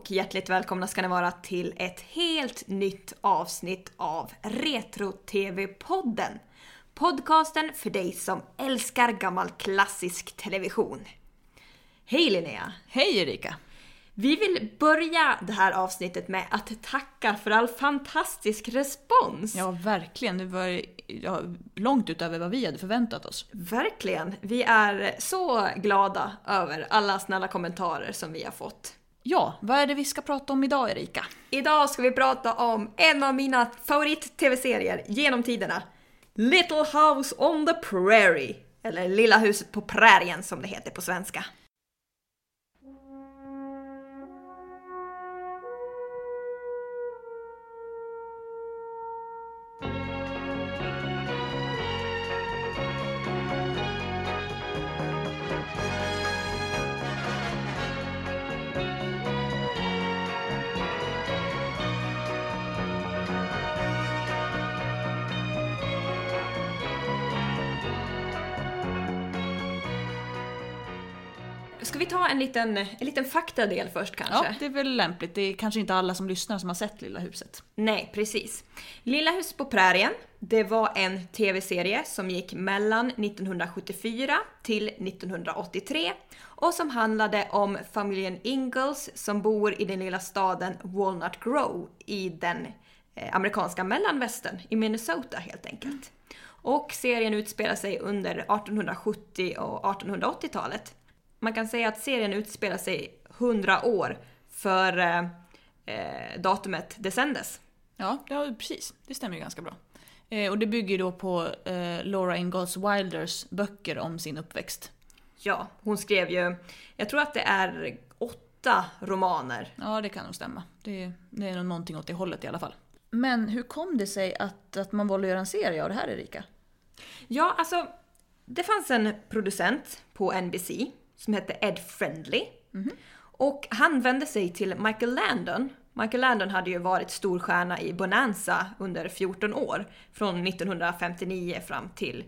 och hjärtligt välkomna ska ni vara till ett helt nytt avsnitt av Retro-TV-podden. Podcasten för dig som älskar gammal klassisk television. Hej Linnea! Hej Erika! Vi vill börja det här avsnittet med att tacka för all fantastisk respons. Ja, verkligen. Det var långt utöver vad vi hade förväntat oss. Verkligen. Vi är så glada över alla snälla kommentarer som vi har fått. Ja, vad är det vi ska prata om idag, Erika? Idag ska vi prata om en av mina favorit-tv-serier genom tiderna. Little House on the Prairie. Eller Lilla huset på prärien som det heter på svenska. Ska vi ta en liten faktadel först kanske? Ja, det är väl lämpligt. Det är kanske inte alla som lyssnar som har sett Lilla huset. Nej, precis. Lilla huset på prärien, det var en tv-serie som gick mellan 1974 till 1983 och som handlade om familjen Ingalls som bor i den lilla staden Walnut Grove i den amerikanska mellanvästern i Minnesota helt enkelt. Och serien utspelar sig under 1870 och 1880-talet. Man kan säga att serien utspelar sig 100 år för datumet det sändes. Ja, precis. Det stämmer ju ganska bra. Och det bygger då på Laura Ingalls Wilders böcker om sin uppväxt. Ja, hon skrev ju, jag tror att det är 8 romaner. Ja, det kan nog stämma. Det är nog någonting åt det hållet i alla fall. Men hur kom det sig att man valde att göra en serie av det här, Erika? Ja, alltså, det fanns en producent på NBC som hette Ed Friendly. Mm-hmm. Och han vände sig till Michael Landon. Michael Landon hade ju varit storstjärna i Bonanza under 14 år. Från 1959 fram till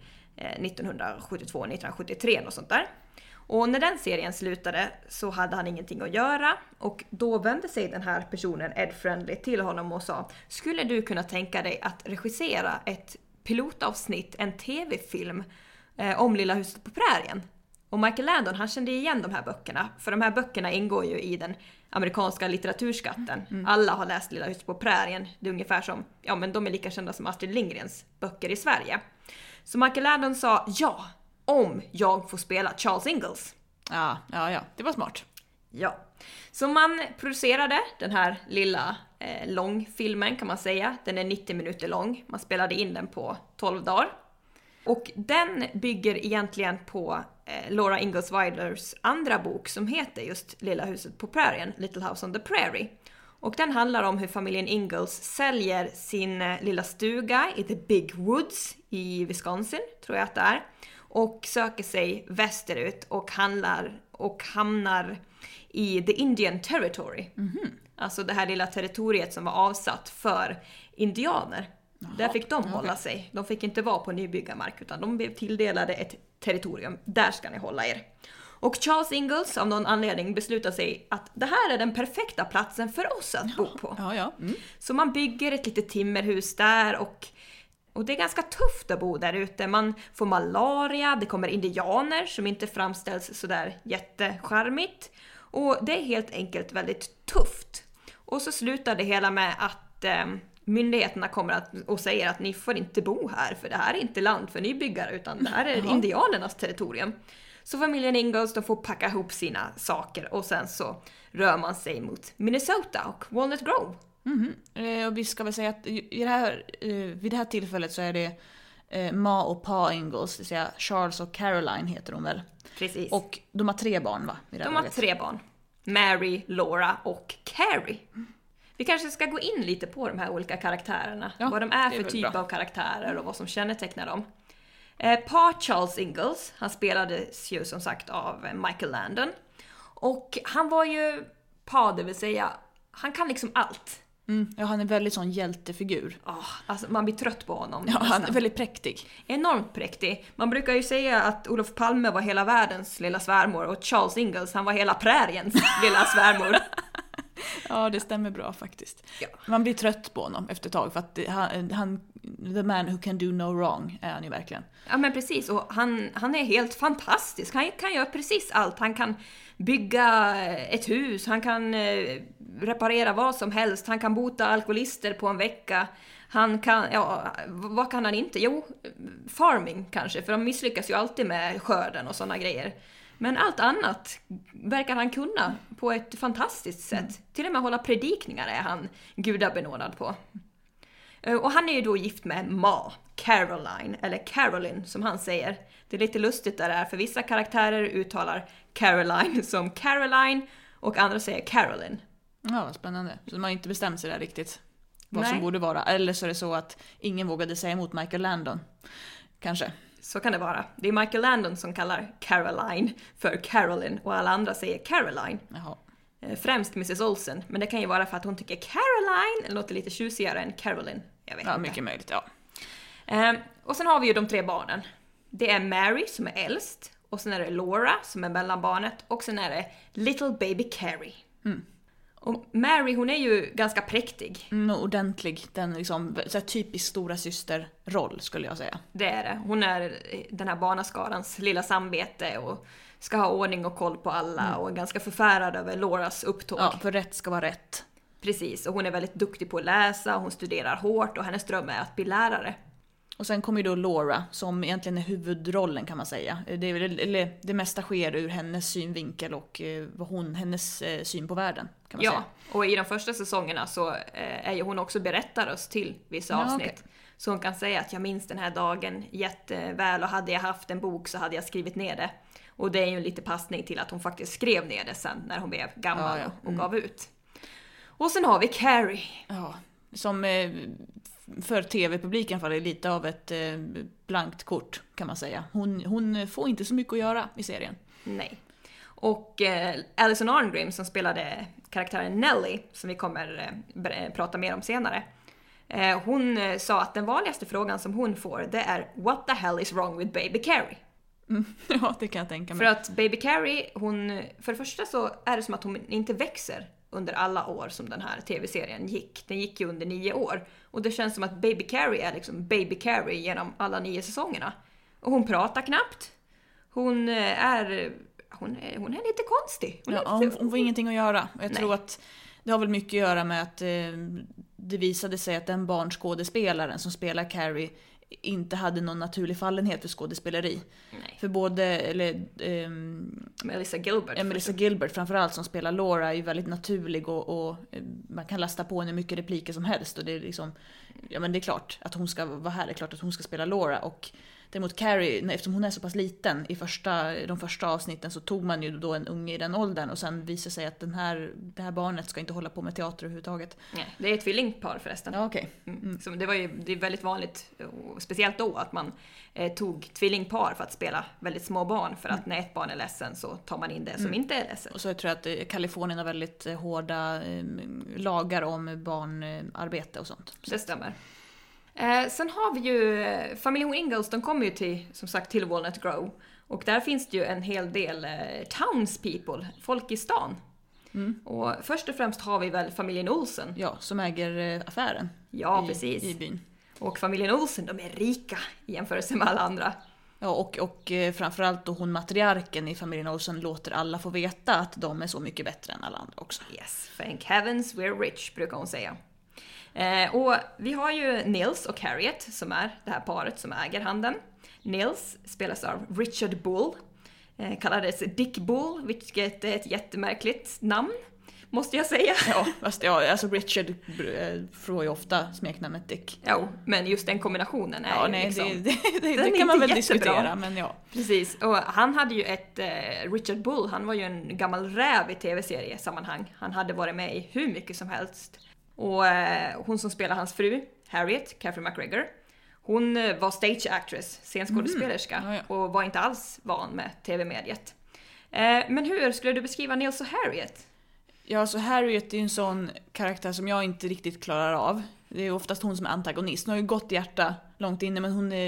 1972-1973 och sånt där. Och när den serien slutade så hade han ingenting att göra. Och då vände sig den här personen, Ed Friendly, till honom och sa: skulle du kunna tänka dig att regissera ett pilotavsnitt, en tv-film om Lilla huset på prärien? Och Michael Landon, han kände igen de här böckerna. För de här böckerna ingår ju i den amerikanska litteraturskatten. Mm. Alla har läst Lilla huset på prärien. Det är ungefär som, ja men de är lika kända som Astrid Lindgrens böcker i Sverige. Så Michael Landon sa, ja, om jag får spela Charles Ingalls. Ja, det var smart. Ja, så man producerade den här lilla långfilmen kan man säga. Den är 90 minuter lång. Man spelade in den på 12 dagar. Och den bygger egentligen på Laura Ingalls Wilders andra bok som heter just Lilla huset på prärien, Little House on the Prairie. Och den handlar om hur familjen Ingalls säljer sin lilla stuga i The Big Woods i Wisconsin, tror jag att det är. Och söker sig västerut och hamnar i The Indian Territory. Mm-hmm. Alltså det här lilla territoriet som var avsatt för indianer. Jaha, där fick de hålla sig. De fick inte vara på nybyggarmark utan de blev tilldelade ett territorium. Där ska ni hålla er. Och Charles Ingalls av någon anledning beslutade sig att det här är den perfekta platsen för oss att bo på. Ja. Mm. Så man bygger ett litet timmerhus där och det är ganska tufft att bo där ute. Man får malaria, det kommer indianer som inte framställs sådär jättecharmigt. Och det är helt enkelt väldigt tufft. Och så slutar det hela med att myndigheterna kommer och säger att ni får inte bo här för det här är inte land för nybyggare utan det här är indianernas territorium. Så familjen Ingalls de får packa ihop sina saker och sen så rör man sig mot Minnesota och Walnut Grove. Mm-hmm. Och vi ska väl säga att vid det här tillfället så är det Ma och Pa Ingalls, det vill säga Charles och Caroline heter de väl. Precis. Och de har 3 barn va? De har 3 barn. Mary, Laura och Carrie. Vi kanske ska gå in lite på de här olika karaktärerna. Ja, vad de är för typ av karaktärer och vad som kännetecknar dem. Pa Charles Ingalls, han spelades ju som sagt av Michael Landon. Och han var ju Pa, det vill säga, han kan liksom allt. Ja, han är väldigt sån hjältefigur. Alltså man blir trött på honom. Ja, han är väldigt präktig. Enormt präktig. Man brukar ju säga att Olof Palme var hela världens lilla svärmor och Charles Ingalls, han var hela präriens lilla svärmor. Ja, det stämmer bra faktiskt. Ja. Man blir trött på honom efter ett tag för att han the man who can do no wrong är han ju verkligen. Ja men precis, och han är helt fantastisk. Han kan göra precis allt. Han kan bygga ett hus, han kan reparera vad som helst, han kan bota alkoholister på en vecka. Han kan, vad kan han inte? Jo, farming kanske, för de misslyckas ju alltid med skörden och sådana grejer. Men allt annat verkar han kunna på ett fantastiskt sätt. Till och med hålla predikningar är han gudabenådad på. Och han är ju då gift med Ma, Caroline, eller Caroline som han säger. Det är lite lustigt där, för vissa karaktärer uttalar Caroline som Caroline och andra säger Caroline. Ja, vad spännande. Så man har inte bestämt sig där riktigt vad Nej. som borde vara. Eller så är det så att ingen vågade säga emot Michael Landon. Kanske. Så kan det vara. Det är Michael Landon som kallar Caroline för Caroline och alla andra säger Caroline. Jaha. Främst Mrs. Olsen, men det kan ju vara för att hon tycker Caroline låter lite tjusigare än Caroline. Jag vet Ja, inte. mycket möjligt, ja. Och sen har vi ju de 3 barnen. Det är Mary som är äldst, och sen är det Laura som är mellanbarnet, och sen är det Little Baby Carrie. Och Mary, hon är ju ganska präktig. Ordentlig, den liksom, så här typisk stora systerroll skulle jag säga. Det är det. Hon är den här barnaskarans lilla samvete och ska ha ordning och koll på alla och är ganska förfärad över Lauras upptåg. Ja, för rätt ska vara rätt. Precis, och hon är väldigt duktig på att läsa, hon studerar hårt och hennes dröm är att bli lärare. Och sen kommer ju då Laura som egentligen är huvudrollen kan man säga. Det mesta sker ur hennes synvinkel och hennes syn på världen kan man säga. Ja, och i de första säsongerna så är ju hon också berättarröst till vissa avsnitt. Okay. Så hon kan säga att jag minns den här dagen jätteväl och hade jag haft en bok så hade jag skrivit ner det. Och det är ju en lite passning till att hon faktiskt skrev ner det sen när hon blev gammal och gav ut. Och sen har vi Carrie. Ja, som för tv-publiken faller lite av ett blankt kort kan man säga. Hon får inte så mycket att göra i serien. Nej. Och Alison Arngrim som spelade karaktären Nellie, som vi kommer prata mer om senare. Hon sa att den vanligaste frågan som hon får, det är "What the hell is wrong with baby Carrie?" Ja, det kan jag tänka mig. För att baby Carrie, för det första så är det som att hon inte växer under alla år som den här tv-serien gick. Den gick ju under 9 år. Och det känns som att baby Carrie är liksom baby Carrie genom alla 9 säsongerna. Och hon pratar knappt. Hon är lite konstig. Hon får ingenting att göra. Jag tror att det har väl mycket att göra med att det visade sig att den barnskådespelaren som spelar Carrie inte hade någon naturlig fallenhet för skådespeleri. Nej. För både Melissa Gilbert framförallt som spelar Laura är ju väldigt naturlig och man kan lasta på henne mycket repliker som helst och det är liksom, ja men det är klart att hon ska vara här, det är klart att hon ska spela Laura. Och däremot Carrie, eftersom hon är så pass liten i de första avsnitten så tog man ju då en unge i den åldern och sen visade sig att det här barnet ska inte hålla på med teater överhuvudtaget. Nej, det är ett tvillingpar förresten. Ja, okej. Så det är väldigt vanligt, speciellt då, att man tog tvillingpar för att spela väldigt små barn, för att när ett barn är ledsen så tar man in det som inte är ledsen. Och så tror jag att Kalifornien har väldigt hårda lagar om barnarbete och sånt. Det stämmer. Sen har vi ju familjen Ingalls, de kommer ju till Walnut Grove. Och där finns det ju en hel del townspeople, folk i stan. Och först och främst har vi väl familjen Olsen. Ja, som äger affären. Ja, precis. I byn. Och familjen Olsen, de är rika i jämförelse med alla andra. Ja, och framförallt då hon matriarken i familjen Olsen låter alla få veta att de är så mycket bättre än alla andra också. Yes, thank heavens we're rich, brukar hon säga. Och vi har ju Nils och Harriet som är det här paret som äger handeln. Nils spelas av Richard Bull, kallades Dick Bull, vilket är ett jättemärkligt namn, måste jag säga. Ja, fast alltså Richard får ju ofta smeknamnet Dick. Ja, men just den kombinationen är ju liksom... Det kan man väl diskutera, men ja. Precis, och han hade ju Richard Bull, han var ju en gammal räv i tv-seriesammanhang. Han hade varit med i hur mycket som helst. Och hon som spelar hans fru, Harriet, Catherine McGregor, hon var stage actress, scenskådespelerska, och var inte alls van med tv-mediet. Men hur skulle du beskriva Nils och Harriet? Ja, så Harriet är ju en sån karaktär som jag inte riktigt klarar av. Det är oftast hon som är antagonist. Hon har ju gott hjärta långt inne, men hon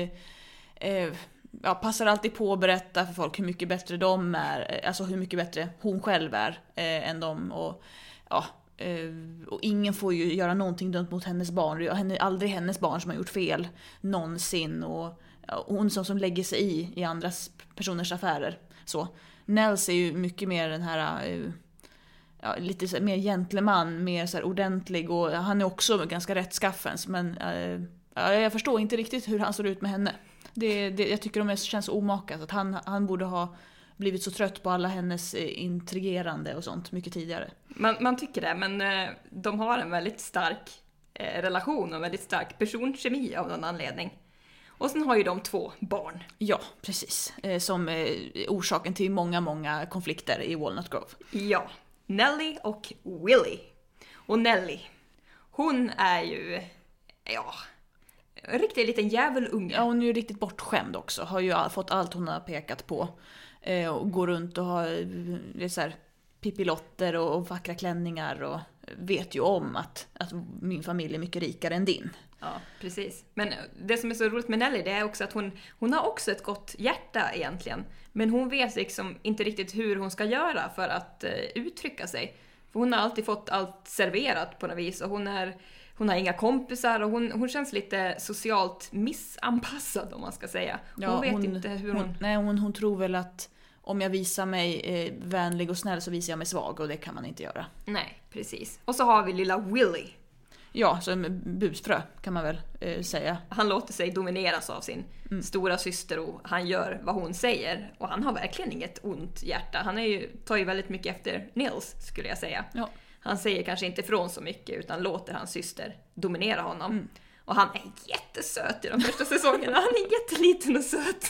passar alltid på att berätta för folk hur mycket bättre de är, alltså hur mycket bättre hon själv är än dem. Och ja, Och ingen får ju göra någonting dumt mot hennes barn. Det är aldrig hennes barn som har gjort fel någonsin. Och hon som lägger sig i andras personers affärer. Så. Nels är ju mycket mer den här... lite så här, mer gentleman, mer så här ordentlig. Och han är också ganska rättskaffens. Men jag förstår inte riktigt hur han ser ut med henne. Jag tycker de känns omakat. Att han borde ha blivit så trött på alla hennes intrigerande och sånt mycket tidigare. Man tycker det, men de har en väldigt stark relation och en väldigt stark personkemi av någon anledning. Och sen har ju de 2 barn. Ja, precis. Som orsaken till många konflikter i Walnut Grove. Ja, Nellie och Willie. Och Nellie, hon är ju, en riktig liten djävulunge. Ja, hon är ju riktigt bortskämd också. Har ju fått allt hon har pekat på. Och går runt och har så här, pippilotter och vackra klänningar. Och vet ju om att min familj är mycket rikare än din. Ja, precis. Men det som är så roligt med Nellie, det är också att hon har också ett gott hjärta egentligen. Men hon vet liksom inte riktigt hur hon ska göra för att uttrycka sig. För hon har alltid fått allt serverat på något vis. Och hon har inga kompisar och hon känns lite socialt missanpassad, om man ska säga. Hon vet inte hur hon... Nej, hon tror väl att om jag visar mig vänlig och snäll så visar jag mig svag, och det kan man inte göra. Nej, precis. Och så har vi lilla Willie. Ja, som busfrö kan man väl säga. Han låter sig domineras av sin stora syster och han gör vad hon säger. Och han har verkligen inget ont hjärta. Han tar ju väldigt mycket efter Nils, skulle jag säga. Ja. Han säger kanske inte ifrån så mycket utan låter hans syster dominera honom. Och han är jättesöt i de första säsongerna. Han är jätteliten och söt.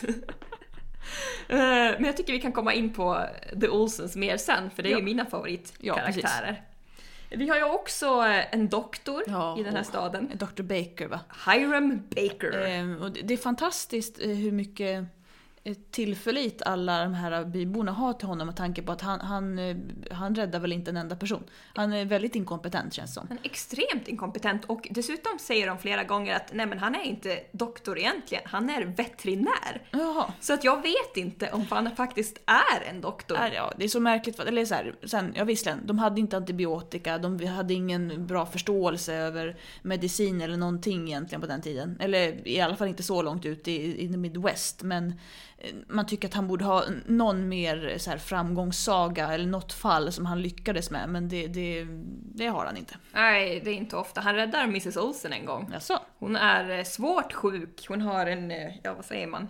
Men jag tycker vi kan komma in på The Olsens mer sen, för det är ju mina favoritkaraktärer. Vi har ju också en doktor i den här staden. Dr. Baker, va? Hiram Baker. Och det är fantastiskt hur mycket tillförlit alla de här byborna har till honom, med tanke på att han räddar väl inte en enda person. Han är väldigt inkompetent, känns som. Han är extremt inkompetent, och dessutom säger de flera gånger att nej, men han är inte doktor egentligen, han är veterinär. Jaha. Så att jag vet inte om han faktiskt är en doktor. Ja, det är så märkligt. Eller så här, sen, visserligen, de hade inte antibiotika, de hade ingen bra förståelse över medicin eller någonting egentligen på den tiden. Eller i alla fall inte så långt ut i the Midwest, men man tycker att han borde ha någon mer så här framgångssaga eller något fall som han lyckades med, men det har han inte. Nej, det är inte ofta. Han räddar Mrs. Olsen en gång. Jaså? Hon är svårt sjuk. Hon har en, vad säger man,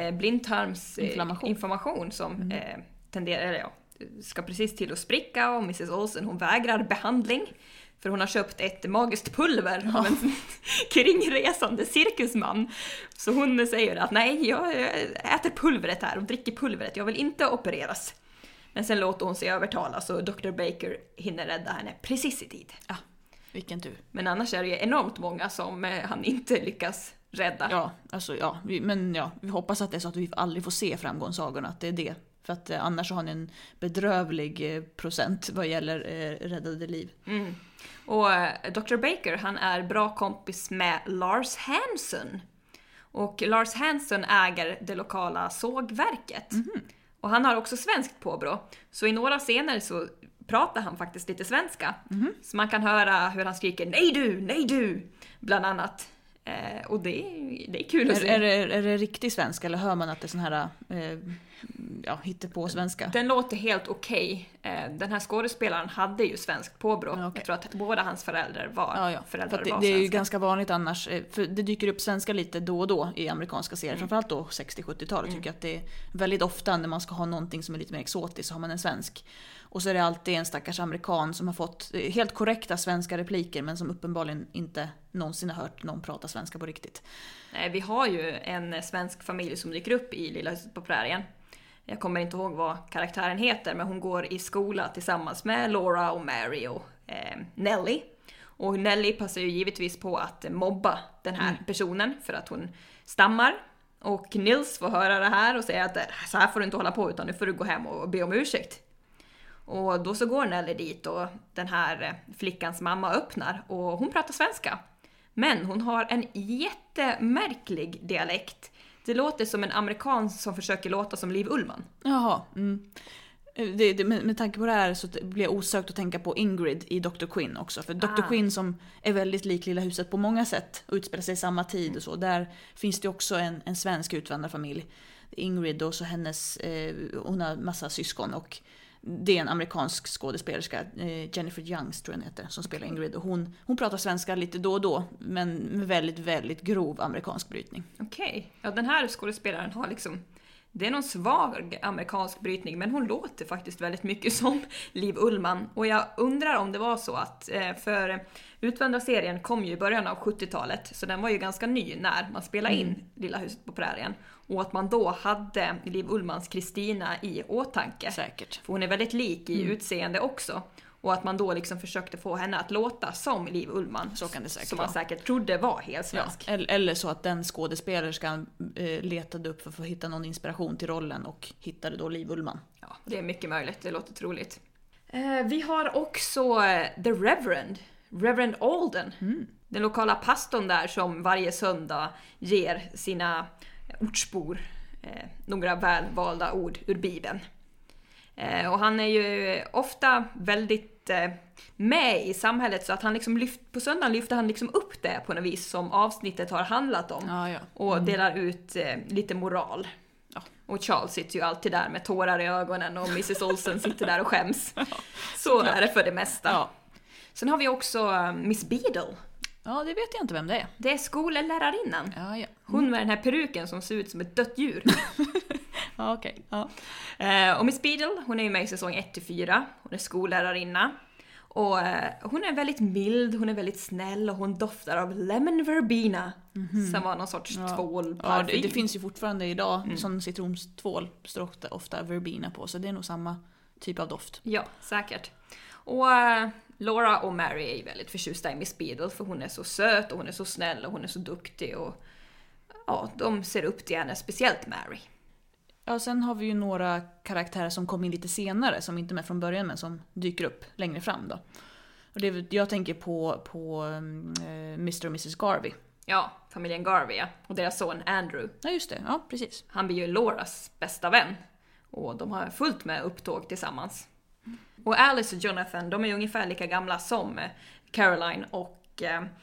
blindtarmsinflammation som tenderar, ska precis till att spricka, och Mrs. Olsen, hon vägrar behandling. För hon har köpt ett magiskt pulver av en kringresande cirkusman. Så hon säger att nej, jag äter pulvret här och dricker pulvret. Jag vill inte opereras. Men sen låter hon sig övertalas och Dr. Baker hinner rädda henne precis i tid. Ja, vilken tur. Men annars är det ju enormt många som han inte lyckas rädda. Ja, alltså vi hoppas att det är så att vi aldrig får se framgångssagorna, att det är det. För att annars har ni en bedrövlig procent vad gäller räddade liv. Mm. Och Dr. Baker, han är bra kompis med Lars Hanson. Och Lars Hanson äger det lokala sågverket. Och han har också svenskt påbrå. Så i några scener så pratar han faktiskt lite svenska. Så man kan höra hur han skriker nej du, bland annat. Och det är kul att se. Är det riktig svenska, eller hör man att det är sån här hittar på svenska? Den låter helt okej. Den här skådespelaren hade ju svenskt påbrå. Okay. Jag tror att båda hans föräldrar var föräldrar var det är ju ganska vanligt annars, för det dyker upp svenska lite då och då i amerikanska serier, framförallt då 60-70-talet. Tycker jag att det är väldigt ofta när man ska ha någonting som är lite mer exotiskt så har man en svensk. Och så är det alltid en stackars amerikan som har fått helt korrekta svenska repliker, men som uppenbarligen inte någonsin har hört någon prata svenska på riktigt. Nej, vi har ju en svensk familj som dyker upp i Lilla huset på prärien. Jag kommer inte ihåg vad karaktären heter, men hon går i skola tillsammans med Laura och Mary och Nellie. Och Nellie passar ju givetvis på att mobba den här personen för att hon stammar. Och Nils får höra det här och säger att så här får du inte hålla på, utan nu får du gå hem och be om ursäkt. Och då så går Nellie dit och den här flickans mamma öppnar och hon pratar svenska. Men hon har en jättemärklig dialekt. Det låter som en amerikan som försöker låta som Liv Ullmann. Jaha. Med tanke på det här så blir jag osökt att tänka på Ingrid i Dr. Quinn också. För Dr. Quinn som är väldigt lik Lilla huset på många sätt och utspelar sig i samma tid och så. Där finns det också en svensk utvandrarfamilj. Ingrid och så hennes, hon har massa syskon och det är en amerikansk skådespelerska, Jennifer Youngs tror jag heter, som spelar Ingrid. Och hon pratar svenska lite då och då, men med väldigt, väldigt grov amerikansk brytning. Okej. Ja, den här skådespelaren har liksom... Det är någon svag amerikansk brytning, men hon låter faktiskt väldigt mycket som Liv Ullmann. Och jag undrar om det var så att, för Utvandrarserien kom ju i början av 70-talet, så den var ju ganska ny när man spelade in Lilla huset på prärien. Och att man då hade Liv Ullmanns Kristina i åtanke. Säkert. För hon är väldigt lik i utseende också. Och att man då liksom försökte få henne att låta som Liv Ullmann. Så kan det säkert som man säkert trodde var helt svensk. Ja, eller så att den skådespelerskan letade upp för att få hitta någon inspiration till rollen och hittade då Liv Ullmann. Ja, det är mycket möjligt. Det låter troligt. Vi har också The Reverend Alden. Den lokala pastorn där som varje söndag ger sina ortsbor några välvalda ord ur Bibeln. Och han är ju ofta väldigt med i samhället, så att han liksom på söndagen lyfter han liksom upp det på något vis som avsnittet har handlat om. Ja. Och delar ut lite moral. Ja. Och Charles sitter ju alltid där med tårar i ögonen och Mrs. Olsen sitter där och skäms. Så är det för det mesta. Ja. Sen har vi också Miss Beadle. Ja, det vet jag inte vem det är. Det är skollärarinnan. Ja. Hon med den här peruken som ser ut som ett dött djur. Ja, okej. Ja. Och Miss Beadle, hon är ju med i säsong 1-4. Hon är skollärarinna. Och hon är väldigt mild, hon är väldigt snäll och hon doftar av lemon verbena. Som var någon sorts tvål. Ja, det finns ju fortfarande idag. Sån citrontvål står ofta verbena på, så det är nog samma typ av doft. Ja, säkert. Och Laura och Mary är ju väldigt förtjusta i Miss Beadle, för hon är så söt och hon är så snäll och hon är så duktig. Och ja, de ser upp till henne, speciellt Mary. Ja, sen har vi ju några karaktärer som kom in lite senare, som inte är med från början men som dyker upp längre fram då. Och jag tänker på Mr. och Mrs. Garvey. Ja, familjen Garvey, ja. Och deras son Andrew. Ja, just det. Ja, precis. Han blir ju Lauras bästa vän. Och de har fullt med upptåg tillsammans. Och Alice och Jonathan, de är ungefär lika gamla som Caroline och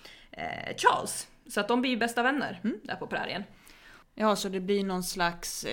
Charles. Så att de blir ju bästa vänner där på prärien. Ja, så det blir någon slags,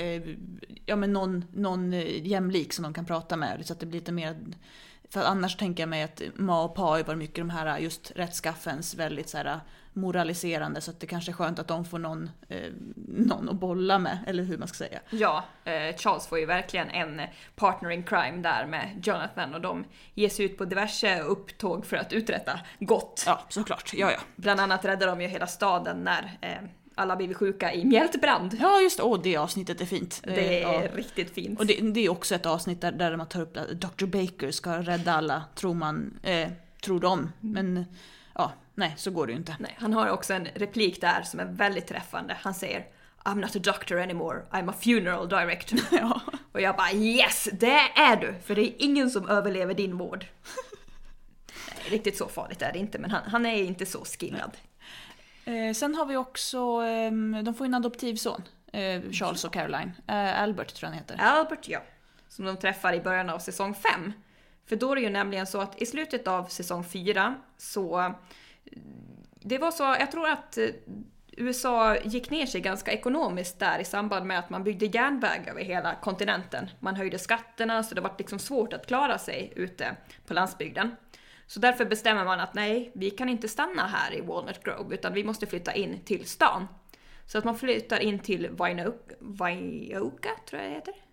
någon jämlik som de kan prata med. Så att det blir lite mer, för annars tänker jag mig att Ma och Pa var mycket de här just rättskaffens väldigt så här moraliserande. Så att det kanske är skönt att de får någon att bolla med, eller hur man ska säga. Ja, Charles får ju verkligen en partner in crime där med Jonathan. Och de ger sig ut på diverse upptåg för att uträtta gott. Ja, såklart. Ja. Bland annat räddar de ju hela staden när alla blivit sjuka i mjältbrand. Ja, just det. Det avsnittet är fint. Det är riktigt fint. Och det är också ett avsnitt där man tar upp att Dr. Baker ska rädda alla, tror de. Men ja, nej, så går det ju inte. Nej, han har också en replik där som är väldigt träffande. Han säger I'm not a doctor anymore, I'm a funeral director. Ja. Och jag bara yes, det är du! För det är ingen som överlever din vård. Nej, riktigt så farligt är det inte, men han är inte så skillad. Sen har vi också, de får en adoptivson, Charles och Caroline. Albert tror jag han heter. Albert, ja. Som de träffar i början av säsong 5. För då är det ju nämligen så att i slutet av säsong 4 så... Det var så, jag tror att USA gick ner sig ganska ekonomiskt där i samband med att man byggde järnväg över hela kontinenten. Man höjde skatterna så det var liksom svårt att klara sig ute på landsbygden. Så därför bestämmer man att nej, vi kan inte stanna här i Walnut Grove utan vi måste flytta in till stan. Så att man flyttar in till Winoka tror jag det heter.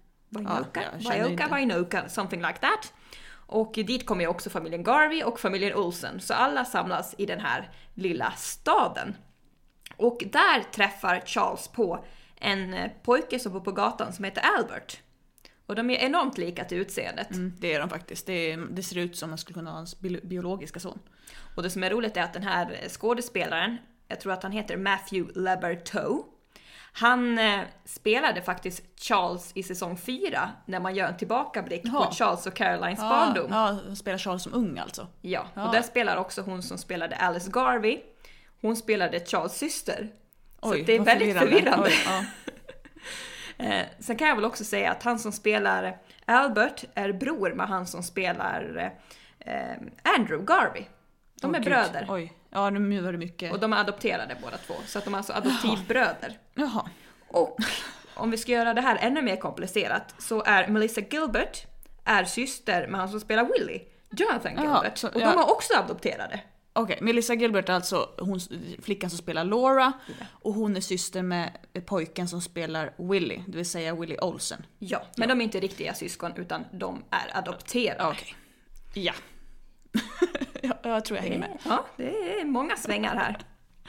Winoka, something like that. Och dit kommer ju också familjen Garvey och familjen Olsen. Så alla samlas i den här lilla staden. Och där träffar Charles på en pojke som bor på gatan som heter Albert. Och de är enormt lika till utseendet. Det är de faktiskt. Det ser ut som man skulle kunna ha hans biologiska son. Och det som är roligt är att den här skådespelaren, jag tror att han heter Matthew Laberteau, han spelade faktiskt Charles i säsong 4 när man gör en tillbakablick på Charles och Carolines barndom. Ja, han spelar Charles som ung alltså. Ja, och där spelar också hon som spelade Alice Garvey. Hon spelade Charles syster. Så det är väldigt förvirrande. Sen kan jag väl också säga att han som spelar Albert är bror med han som spelar Andrew Garvey. De är bröder. Oj, ja nu var det mycket. Och de är adopterade båda två. Så att de är alltså adoptivbröder. Jaha. Och om vi ska göra det här ännu mer komplicerat så är Melissa Gilbert är syster med han som spelar Willy, Jonathan Gilbert. Och de är också adopterade. Okej, Melissa Gilbert är alltså flickan som spelar Laura. Och hon är syster med pojken som spelar Willy, det vill säga Willie Olsen. Ja, men de är inte riktiga syskon utan de är adopterade. Okej. Ja. Jag tror jag hänger med. Ja, det är många svängar här.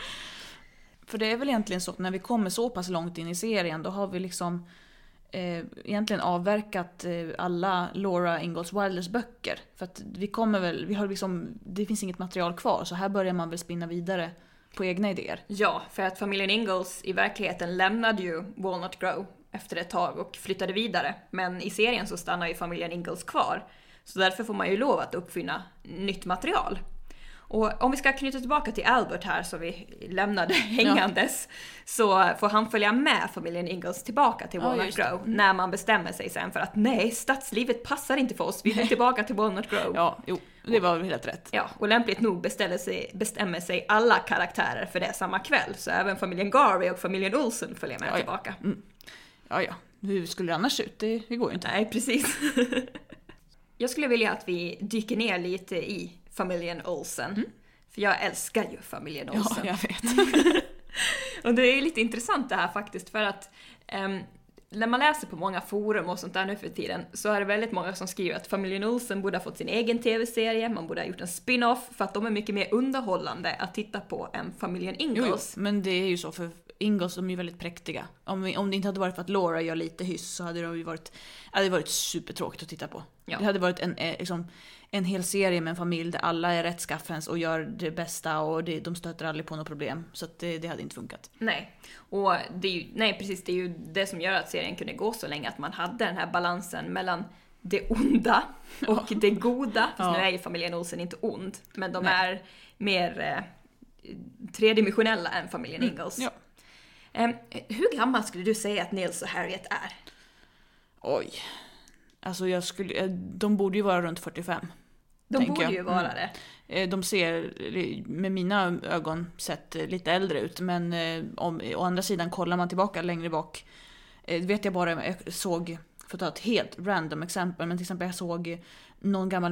För det är väl egentligen så att när vi kommer så pass långt in i serien då har vi liksom egentligen avverkat alla Laura Ingalls Wilders böcker. För att vi har liksom, det finns inget material kvar så här börjar man väl spinna vidare på egna idéer. Ja, för att familjen Ingalls i verkligheten lämnade ju Walnut Grove efter ett tag och flyttade vidare. Men i serien så stannar ju familjen Ingalls kvar. Så därför får man ju lov att uppfinna nytt material. Och om vi ska knyta tillbaka till Albert här så vi lämnade hängandes så får han följa med familjen Ingalls tillbaka till Walnut Grove när man bestämmer sig sen för att nej, stadslivet passar inte för oss, vi vill tillbaka till Walnut Grove. Ja, jo, det var helt rätt. Ja, och lämpligt nog bestämmer sig alla karaktärer för det samma kväll. Så även familjen Garvey och familjen Olsen följer med tillbaka. Mm. Ja, hur skulle det annars se ut? Det går ju inte. Nej, precis. Jag skulle vilja att vi dyker ner lite i familjen Olsen. För jag älskar ju familjen Olsen. Ja, jag vet. Och det är lite intressant det här faktiskt för att när man läser på många forum och sånt där nu för tiden så är det väldigt många som skriver att familjen Olsen borde ha fått sin egen tv-serie, man borde ha gjort en spin-off för att de är mycket mer underhållande att titta på än familjen Ingalls. Jo, men det är ju så för Ingalls är ju väldigt präktiga. Om det inte hade varit för att Laura gör lite hyss så hade det ju varit supertråkigt att titta på. Ja. Det hade varit en hel serie med en familj där alla är rättskaffens och gör det bästa och de stöter aldrig på något problem. Så att det hade inte funkat. Nej, och det är ju det som gör att serien kunde gå så länge, att man hade den här balansen mellan det onda och det goda. Fast nu är ju familjen Olsen inte ond, men de är mer tredimensionella än familjen Ingalls. Ja. Hur gammal skulle du säga att Nils och Harriet är? Oj. Alltså de borde ju vara runt 45. De borde ju vara det. De ser med mina ögon sett lite äldre ut. Men å andra sidan kollar man tillbaka längre bak. Vet jag bara, jag såg, för att ta ett helt random exempel. Men till exempel jag såg någon gammal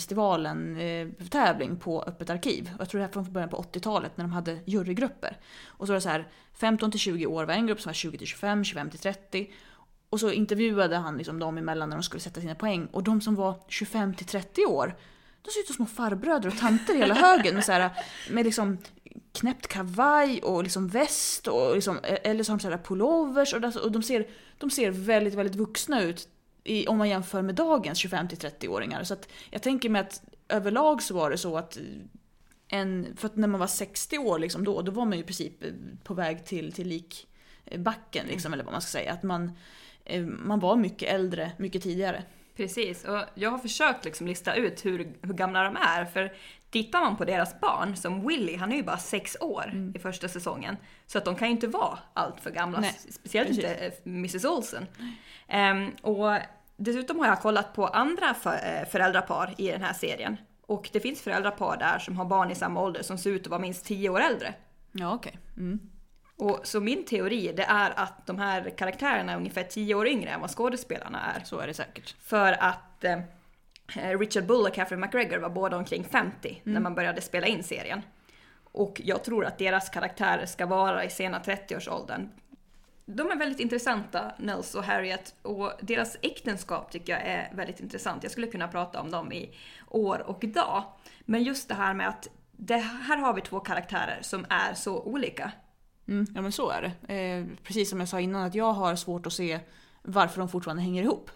Melodifestivalen-tävling på Öppet arkiv. Jag tror det här från början på 80-talet när de hade jurygrupper. Och så var det så här, 15-20 år var en grupp som var 20-25, 25-30. Och så intervjuade han liksom dem emellan när de skulle sätta sina poäng. Och de som var 25-30 år, de ser ut som små farbröder och tanter hela högen. Med liksom knäppt kavaj och liksom väst. Och liksom, eller så har de så här pullovers. Och de ser väldigt, väldigt vuxna ut om man jämför med dagens 25-30-åringar. Så att jag tänker mig att överlag så var det så att för att när man var 60 år liksom, då var man ju i princip på väg till likbacken liksom, eller vad man ska säga. Att man var mycket äldre, mycket tidigare. Precis, och jag har försökt liksom lista ut hur gamla de är. För tittar man på deras barn, som Willy, han är ju bara 6 år i första säsongen. Så att de kan ju inte vara allt för gamla, speciellt inte Mrs. Olsen. Och dessutom har jag kollat på andra föräldrapar i den här serien. Och det finns föräldrapar där som har barn i samma ålder som ser ut att vara minst 10 år äldre. Ja, okej. Och så min teori, det är att de här karaktärerna är ungefär 10 år yngre än vad skådespelarna är. Så är det säkert. För att Richard Bull och Catherine McGregor var båda omkring 50 när man började spela in serien. Och jag tror att deras karaktärer ska vara i sena 30-årsåldern. De är väldigt intressanta, Nels och Harriet, och deras äktenskap tycker jag är väldigt intressant. Jag skulle kunna prata om dem i år och dag. Men just det här med att här har vi 2 karaktärer som är så olika. Ja, men så är det. Precis som jag sa innan, att jag har svårt att se varför de fortfarande hänger ihop.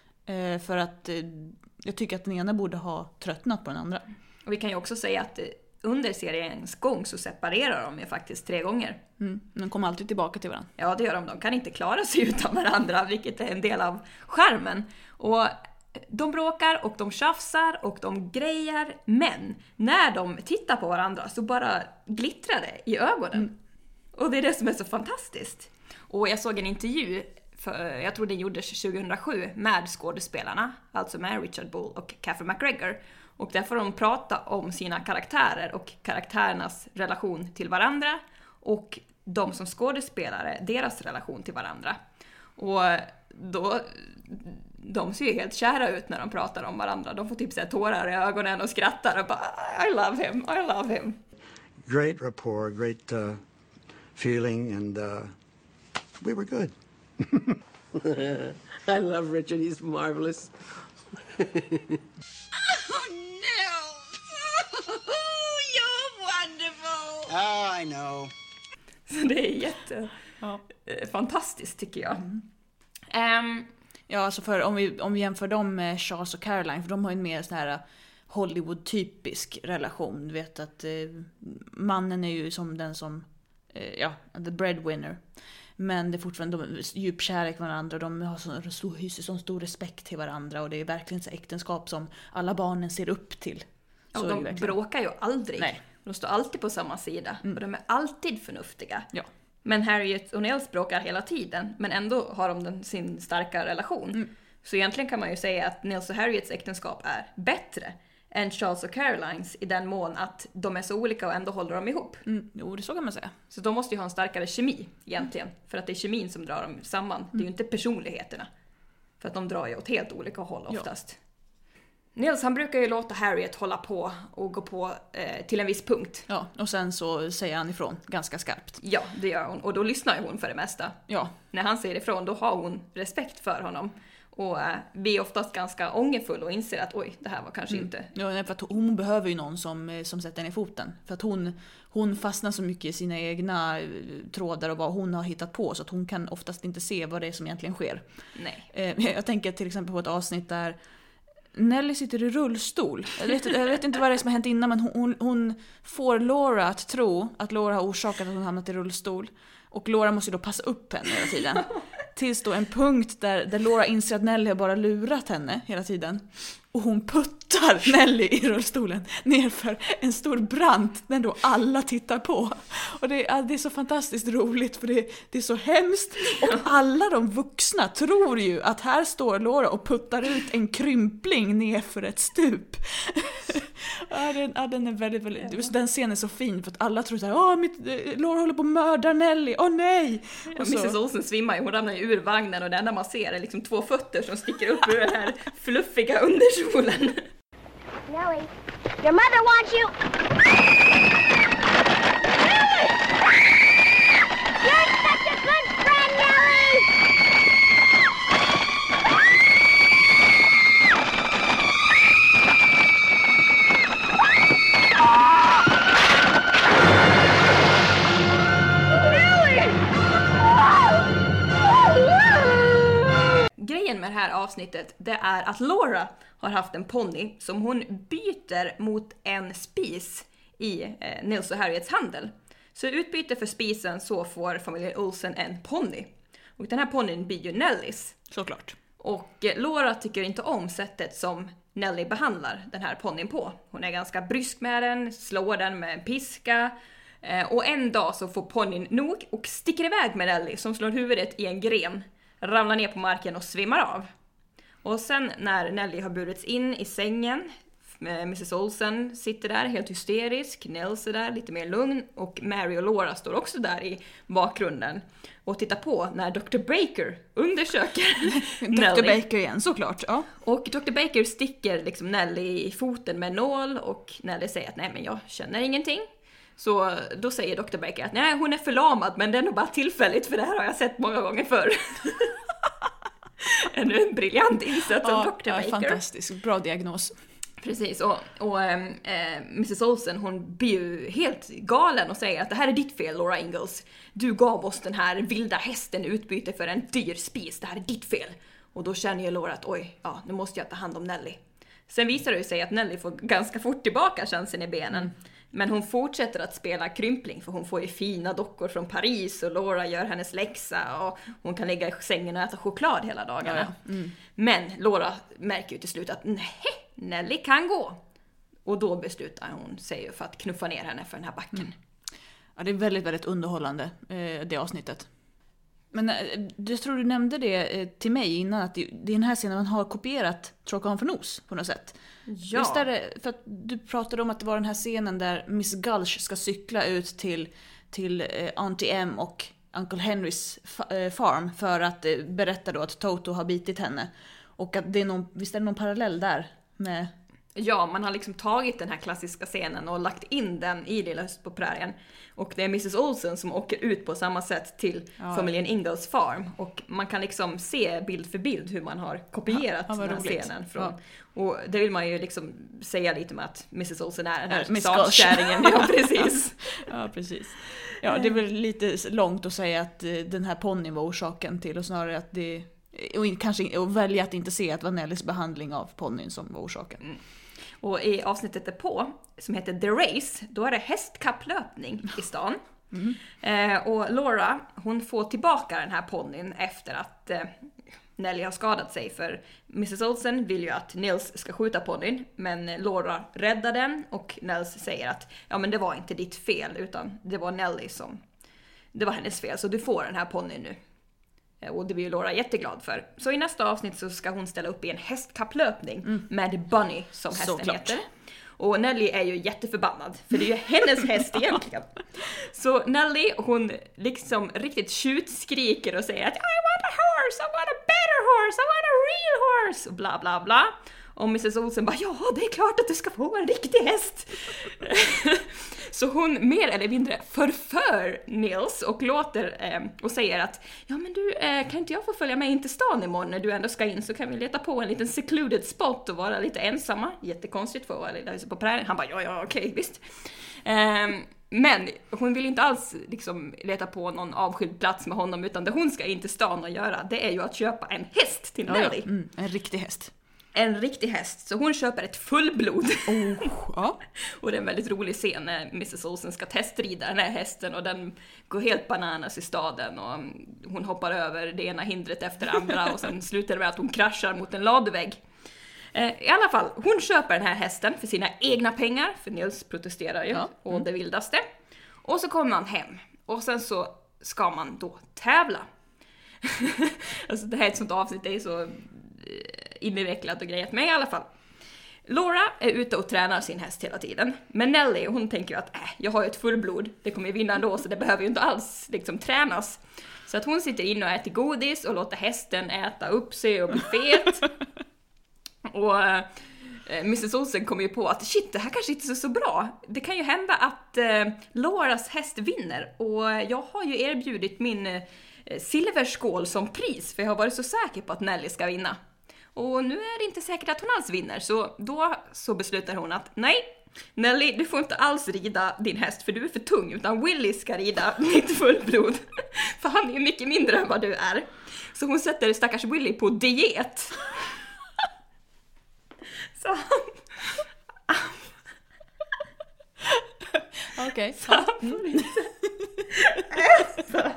För att jag tycker att den ena borde ha tröttnat på den andra. Och vi kan ju också säga att under seriens gång så separerar de ju faktiskt 3 gånger. De kommer alltid tillbaka till varandra. Ja, det gör de. De kan inte klara sig utan varandra, vilket är en del av skärmen. Och de bråkar och de tjafsar och de grejer. Men när de tittar på varandra så bara glittrar det i ögonen. Och det är det som är så fantastiskt. Och jag såg en intervju jag tror det gjordes 2007 med skådespelarna, alltså med Richard Bull och Catherine McGregor. Och där får de prata om sina karaktärer och karaktärernas relation till varandra och de som skådespelare, deras relation till varandra. Och då, de ser ju helt kära ut när de pratar om varandra. De får typ så här tårar i ögonen och skrattar och bara I love him. Great rapport, great feeling, and we were good. I love Richard, he's marvelous. Oh, no! You're wonderful! Oh, I know. Så det är fantastiskt tycker jag. Ja, alltså för om vi jämför dem med Charles och Caroline, för de har ju en mer sån här Hollywood-typisk relation. Du vet att mannen är ju som den som, the breadwinner. Men det är fortfarande de djup kärlek med varandra, de hyser så stor respekt till varandra och det är verkligen så äktenskap som alla barnen ser upp till. Så och de bråkar ju aldrig. Nej. De står alltid på samma sida och de är alltid förnuftiga. Ja. Men Harriet och Nils bråkar hela tiden, men ändå har de sin starka relation. Så egentligen kan man ju säga att Nils och Harriets äktenskap är bättre än Charles och Carolines i den mån att de är så olika och ändå håller dem ihop. Jo, det så kan man säga. Så de måste ju ha en starkare kemi egentligen, för att det är kemin som drar dem samman. Det är ju inte personligheterna. För att de drar ju åt helt olika håll oftast. Ja. Nils han brukar ju låta Harriet hålla på och gå på till en viss punkt. Ja, och sen så säger han ifrån ganska skarpt. Ja, det gör hon. Och då lyssnar ju hon för det mesta. Ja. När han säger ifrån, då har hon respekt för honom. Och vi är oftast ganska ångerfulla och inser att oj, det här var kanske inte... Ja, för att hon behöver ju någon som sätter henne i foten. För att hon fastnar så mycket i sina egna trådar och vad hon har hittat på. Så att hon kan oftast inte se vad det är som egentligen sker. Nej. Jag tänker till exempel på ett avsnitt där Nellie sitter i rullstol. Jag vet inte vad det är som har hänt innan, men hon får Laura att tro att Laura har orsakat att hon hamnat i rullstol. Och Laura måste ju då passa upp henne hela tiden. Tills då en punkt där Laura inser att Nellie har bara lurat henne hela tiden. Och hon puttar Nellie i rullstolen nerför en stor brant när då alla tittar på. Och det är så fantastiskt roligt för det är så hemskt. Och alla de vuxna tror ju att här står Laura och puttar ut en krympling nerför ett stup. Den är väldigt, väldigt... Den scenen är så fin för att alla tror såhär, Laura håller på att mörda Nellie, nej! Och Mrs. Olsen svimmar ju, hon ramlar ju ur vagnen och det enda man ser är liksom 2 fötter som sticker upp ur den här fluffiga underkjolen. Nellie, your mother wants you. Nellie! You're such a good friend, Nellie! Grejen med det här avsnittet, det är att Laura har haft en ponny som hon byter mot en spis i Nils och Harriets handel. Så i utbyte för spisen så får familjen Olsen en ponny. Och den här ponnyn blir ju Nellies. Såklart. Och Laura tycker inte om sättet som Nellie behandlar den här ponnyn på. Hon är ganska brysk med den, slår den med en piska. Och en dag så får ponnyn nog och sticker iväg med Nellie som slår huvudet i en gren. Ramlar ner på marken och svimmar av. Och sen när Nellie har burits in i sängen, Mrs. Olsen sitter där helt hysterisk, Nels är där lite mer lugn och Mary och Laura står också där i bakgrunden och tittar på när Dr. Baker undersöker Nellie. Dr. Baker igen, såklart. Ja. Och Dr. Baker sticker liksom Nellie i foten med nål och Nellie säger att nej men jag känner ingenting. Så då säger Dr. Baker att nej, hon är förlamad men det är nog bara tillfälligt för det här har jag sett många gånger förr. En briljant insats av Dr. Baker. Fantastiskt, bra diagnos. Precis, och Mrs. Olsen hon blir ju helt galen och säger att det här är ditt fel, Laura Ingalls. Du gav oss den här vilda hästen i utbyte för en dyr spis, det här är ditt fel. Och då känner ju Laura att oj, ja, nu måste jag ta hand om Nellie. Sen visar det sig att Nellie får ganska fort tillbaka chansen i benen. Men hon fortsätter att spela krympling för hon får ju fina dockor från Paris och Laura gör hennes läxa och hon kan ligga i sängen och äta choklad hela dagarna. Ja. Men Laura märker ju till slut att nej, Nellie kan gå. Och då beslutar hon sig för att knuffa ner henne för den här backen. Ja, det är väldigt, väldigt underhållande det avsnittet. Men jag tror du nämnde det till mig innan, att det är den här scenen man har kopierat Tråka om för nos på något sätt. Ja. Visst är det, för att du pratade om att det var den här scenen där Miss Gulch ska cykla ut till Auntie M och Uncle Henrys farm för att berätta då att Toto har bitit henne. Och att det är visst är det någon parallell där med... Ja, man har liksom tagit den här klassiska scenen och lagt in den i Lilla huset på prärien. Och det är Mrs. Olsen som åker ut på samma sätt till familjen Ingalls farm. Och man kan liksom se bild för bild hur man har kopierat den här scenen. Och det vill man ju liksom säga lite med att Mrs. Olsen är den här sakkärringen. Ja, precis. Ja, precis. Ja, det är väl lite långt att säga att den här ponnyn var orsaken till, och snarare att det... Och välja att inte se att det var Nellys behandling av ponnyn som var orsaken. Mm. Och i avsnittet därpå, som heter The Race, då är det hästkapplöpning i stan. Och Laura, hon får tillbaka den här ponnyn efter att Nelly har skadat sig. För Mrs. Olsen vill ju att Nils ska skjuta ponnyn, men Laura räddar den och Nels säger att ja, men det var inte ditt fel, utan det var Nelly det var hennes fel, så du får den här ponnyn nu. Och det blir ju Laura jätteglad för. Så i nästa avsnitt så ska hon ställa upp i en hästkapplöpning med Bunny som hästen heter. Och Nelly är ju jätteförbannad, för det är ju hennes häst egentligen. Så Nelly, hon liksom riktigt tjutskriker och säger att I want a horse, I want a better horse, I want a real horse, och bla bla bla. Och Mrs. Olsen bara, ja, det är klart att du ska få en riktig häst. Så hon mer eller mindre förför Nils och låter och säger att ja, men du, kan inte jag få följa med in till stan imorgon när du ändå ska in, så kan vi leta på en liten secluded spot och vara lite ensamma. Jättekonstigt för att vara Lilla huset på prärien. Han bara, ja, okej, visst. Men hon vill inte alls liksom leta på någon avskild plats med honom, utan det hon ska in till stan och göra, det är ju att köpa en häst till Nelly. En riktig häst. En riktig häst, så hon köper ett fullblod. Ja. Och det är en väldigt rolig scen när Mrs. Olsen ska testrida den här hästen, och den går helt bananas i staden och hon hoppar över det ena hindret efter det andra och sen slutar det med att hon kraschar mot en ladvägg. I alla fall, hon köper den här hästen för sina egna pengar, för Nils protesterar ju och det vildaste. Och så kommer man hem och sen så ska man då tävla. Alltså det här är ett sånt avsnitt, det är så invecklat och grejat, men i alla fall. Laura är ute och tränar sin häst hela tiden, men Nelly, hon tänker ju att jag har ju ett fullblod, det kommer ju vinna ändå, så det behöver ju inte alls liksom tränas. Så att hon sitter inne och äter godis och låter hästen äta upp sig och bli fet. Och Mrs. Olsen kommer ju på att shit, det här kanske inte är så bra. Det kan ju hända att Lauras häst vinner, och jag har ju erbjudit min silverskål som pris, för jag har varit så säker på att Nelly ska vinna. Och nu är det inte säkert att hon alls vinner, så då så beslutar hon att nej, Nelly, du får inte alls rida din häst för du är för tung, utan Willy ska rida ditt fullblod. För han är ju mycket mindre än vad du är. Så hon sätter stackars Willy på diet. Så Okej. Så han får inte äta.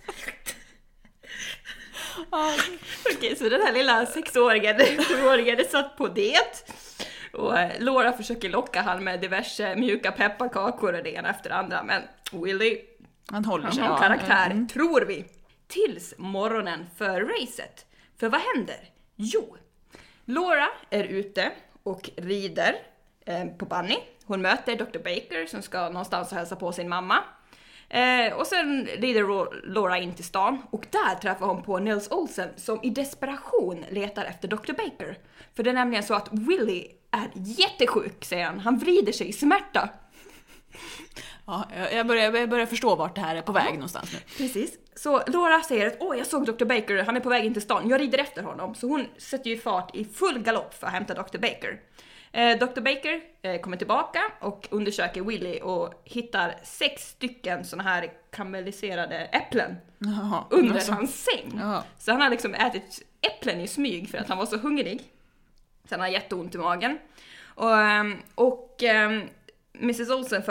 Okej, så den här lilla 6-åringen, 7-åringen är satt på diet. Och Laura försöker locka han med diverse mjuka pepparkakor och det ena efter det andra. Men Willy, han håller sig. Han har karaktär, tror vi. Tills morgonen för racet. För vad händer? Jo, Laura är ute och rider på Bunny. Hon möter Dr. Baker som ska någonstans och hälsa på sin mamma. Och sen rider Laura in till stan, och där träffar hon på Nils Olsen som i desperation letar efter Dr. Baker. För det är nämligen så att Willy är jättesjuk, säger han. Han vrider sig i smärta. Ja, jag börjar förstå vart det här är på väg någonstans nu. Precis. Så Laura säger att jag såg Dr. Baker, han är på väg in till stan. Jag rider efter honom. Så hon sätter ju fart i full galopp för att hämta Dr. Baker. Dr. Baker kommer tillbaka och undersöker Willy och hittar 6 stycken såna här karamelliserade äpplen under hans säng. Jaha. Så han har liksom ätit äpplen i smyg för att han var så hungrig. Så han har jätteont i magen. Och Mrs. Olsen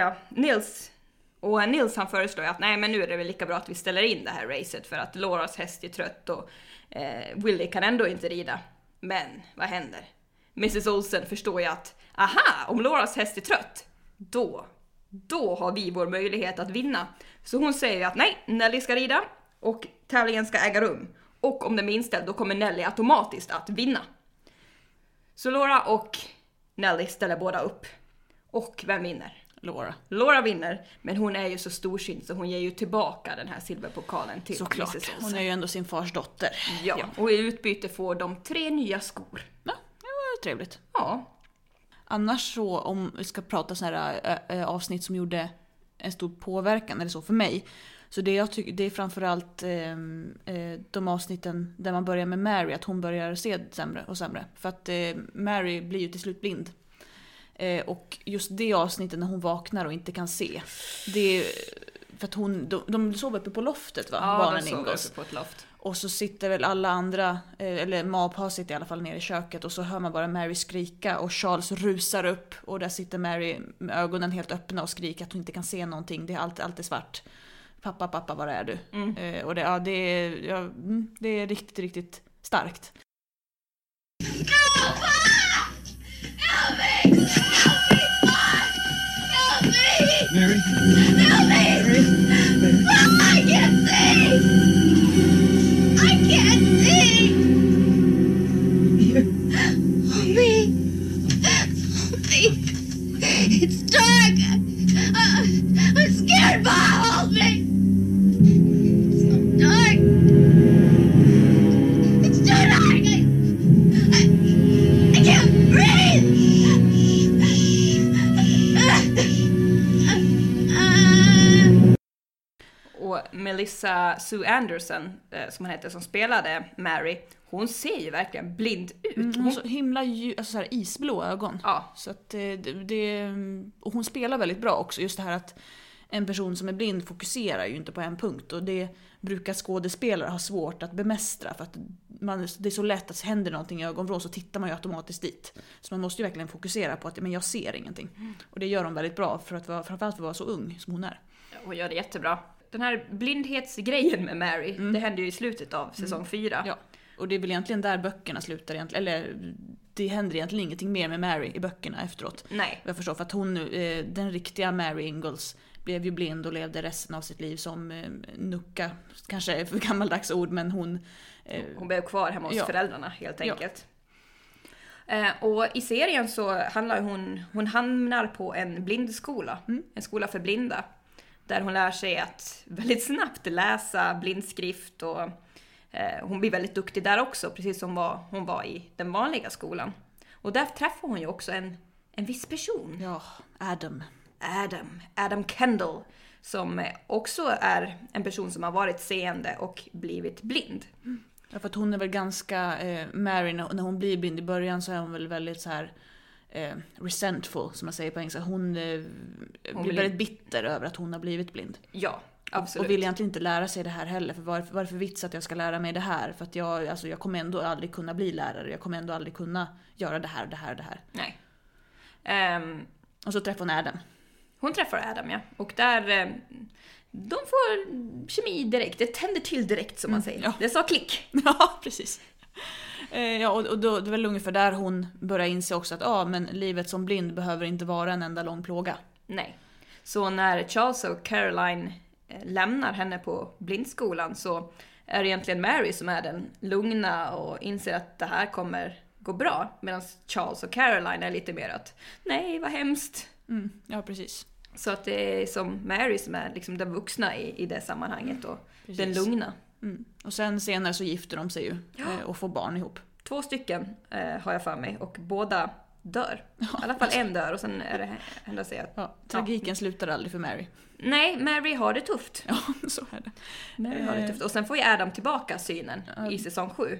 Nils han föreslår att nej, men nu är det väl lika bra att vi ställer in det här racet för att Lauras häst är trött och Willy kan ändå inte rida. Men vad händer? Mrs. Olsen förstår ju att om Lauras häst är trött, då har vi vår möjlighet att vinna. Så hon säger att nej, Nelly ska rida Och tävlingen ska äga rum. Och om den blir inställd, då kommer Nelly automatiskt att vinna. Så Laura och Nelly ställer båda upp. Och vem vinner? Laura. Laura vinner, men hon är ju så storsint så hon ger ju tillbaka den här silverpokalen till Såklart. Mrs. Olsen. Hon är ju ändå sin fars dotter. Ja, och i utbyte får de 3 nya skor. Ja, det var trevligt. Ja. Annars så, om vi ska prata sådana här avsnitt som gjorde en stor påverkan eller så för mig. Så det jag tycker, det är framförallt de avsnitten där man börjar med Mary, att hon börjar se sämre och sämre. För att Mary blir ju till slut blind. Och just det avsnittet när hon vaknar och inte kan se. Det är för att de sover uppe på loftet, va? Ja, Barnen de sover Ingalls. uppe på ett loft. Och så sitter väl alla andra, eller Map sitter i alla fall nere i köket, och så hör man bara Mary skrika och Charles rusar upp och där sitter Mary med ögonen helt öppna och skriker att hon inte kan se någonting. Det är allt är svart. Pappa, var är du? Och det är riktigt, riktigt starkt. Mary? Help me! I can't see! I can't see! Help me! Help me! It's dark! I'm scared, Mom! Help me! It's so dark! It's too dark! I can't breathe! Och Melissa Sue Anderson, som hon heter, som spelade Mary, hon ser ju verkligen blind ut. Hon har så himla alltså så här isblå ögon. Ja. Så att och hon spelar väldigt bra också. Just det här att en person som är blind fokuserar ju inte på en punkt. Och det brukar skådespelare ha svårt att bemästra. För att det är så lätt att händer någonting i ögonvrå så tittar man ju automatiskt dit. Så man måste ju verkligen fokusera på att men jag ser ingenting. Och det gör hon väldigt bra för att framförallt för att vara så ung som hon är. Hon gör det jättebra. Den här blindhetsgrejen med Mary, det händer ju i slutet av säsong 4. Ja, och det är väl egentligen där böckerna slutar egentligen. Eller det händer egentligen ingenting mer med Mary i böckerna efteråt. Nej. Jag förstår, för att hon, den riktiga Mary Ingalls blev ju blind och levde resten av sitt liv som nucka. Kanske är för gammaldags ord, men hon blev kvar hemma hos föräldrarna helt enkelt. Och i serien så handlar hon hamnar på en blindskola. En skola för blinda. Där hon lär sig att väldigt snabbt läsa blindskrift och hon blir väldigt duktig där också, precis som hon var i den vanliga skolan. Och där träffar hon ju också en viss person. Ja, Adam Kendall, som också är en person som har varit seende och blivit blind. Ja, för att hon är väl ganska, Mary, när hon blir blind i början så är hon väl väldigt så här resentful, som man säger på engelska. Hon blir väldigt bitter över att hon har blivit blind. Ja, absolut. Och vill egentligen inte lära sig det här heller. För varför vits att jag ska lära mig det här? För att jag kommer ändå aldrig kunna bli lärare. Jag kommer ändå aldrig kunna göra det här. Nej. Och så träffar hon Adam. Hon träffar Adam, ja. Och där de får kemi direkt. Det tänder till direkt, som man säger. Ja. Det sa klick. Ja, precis. Ja, och då, det är väl ungefär där hon börjar inse också att men livet som blind behöver inte vara en enda lång plåga. Nej. Så när Charles och Caroline lämnar henne på blindskolan så är det egentligen Mary som är den lugna och inser att det här kommer gå bra. Medan Charles och Caroline är lite mer att nej, vad hemskt. Ja, precis. Så att det är som Mary som är liksom den vuxna i det sammanhanget och den lugna. Och sen senare så gifter de sig ju och får barn ihop. 2 stycken har jag för mig och båda dör. I alla fall en dör och sen är det hända sig att... Tragiken slutar aldrig för Mary. Nej, Mary har det tufft. Ja, så är det. Mary har det tufft. Och sen får ju Adam tillbaka synen i säsong 7.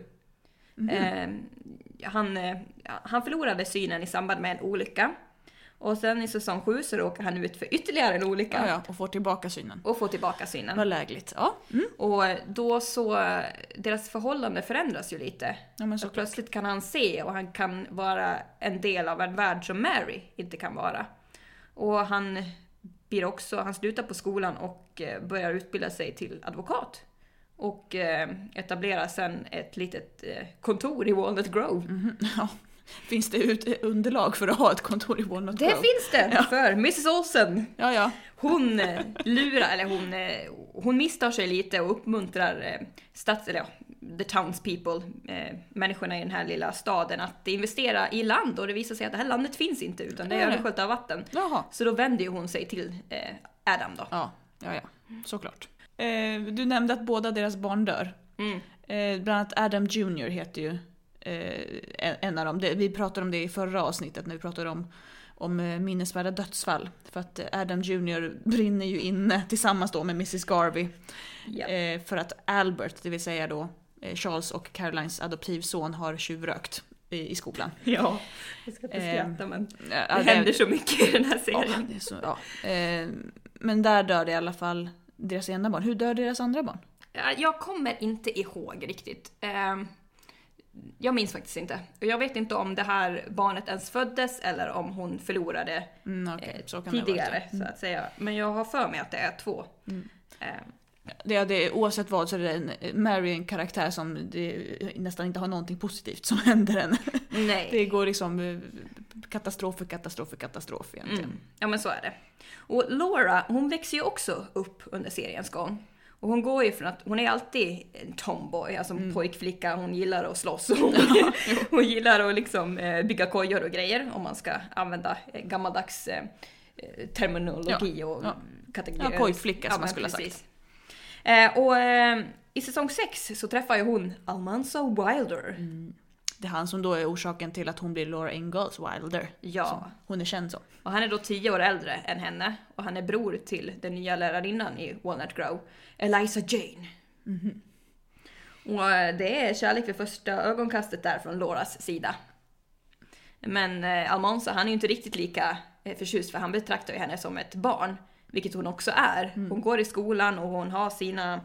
Han förlorade synen i samband med en olycka. Och sen i säsong 7 så råkar han ut för ytterligare en olycka. Ja, och får tillbaka synen. Vad lägligt. Ja. Och då så, deras förhållande förändras ju lite. Ja, men så plötsligt kan han se och han kan vara en del av en värld som Mary inte kan vara. Och han slutar på skolan och börjar utbilda sig till advokat. Och etablerar sen ett litet kontor i Walnut Grove. Ja. Finns det underlag för att ha ett kontor i Walnut Det Grove? finns det för Mrs Olsen. Ja. Hon lurar, eller hon misstar sig lite och uppmuntrar the townspeople, människorna i den här lilla staden, att investera i land, och det visar sig att det här landet finns inte, utan det är översköljt av vatten. Jaha. Så då vänder ju hon sig till Adam då. Ja, såklart. Du nämnde att båda deras barn dör. Bland annat Adam Jr. heter ju en av dem. Vi pratade om det i förra avsnittet när vi pratade om minnesvärda dödsfall. För att Adam Jr. brinner ju inne tillsammans då med Mrs. Garvey. Yep. För att Albert, det vill säga då Charles och Carolines adoptivson, har tjuvrökt i skolan. Ja, jag ska inte skratta, men det händer så mycket i den här serien. Ja, det är så, men där dör det i alla fall deras ena barn. Hur dör deras andra barn? Jag kommer inte ihåg riktigt. Jag minns faktiskt inte. Och jag vet inte om det här barnet ens föddes eller om hon förlorade så kan tidigare, så att säga. Men jag har för mig att det är 2. Det oavsett vad så är det Mary en karaktär som det nästan inte har någonting positivt som händer henne. Nej. Det går liksom katastrof egentligen. Ja, men så är det. Och Laura, hon växer ju också upp under seriens gång. Och hon går ju från att hon är alltid en tomboy, alltså en pojkflicka, hon gillar att slåss. Hon gillar att liksom bygga kojor och grejer, om man ska använda gammaldags terminologi och kategorier. Ja, pojkflicka som man skulle ha sagt. Och i säsong 6 så träffar ju hon Almanza Wilder. Det är han som då är orsaken till att hon blir Laura Ingalls Wilder. Ja. Som hon är känd som. Och han är då 10 år äldre än henne. Och han är bror till den nya lärarinnan i Walnut Grove, Eliza Jane. Och det är kärlek vid första ögonkastet där från Lauras sida. Men Almanza, han är ju inte riktigt lika förtjust, för han betraktar ju henne som ett barn. Vilket hon också är. Hon går i skolan och hon har sina,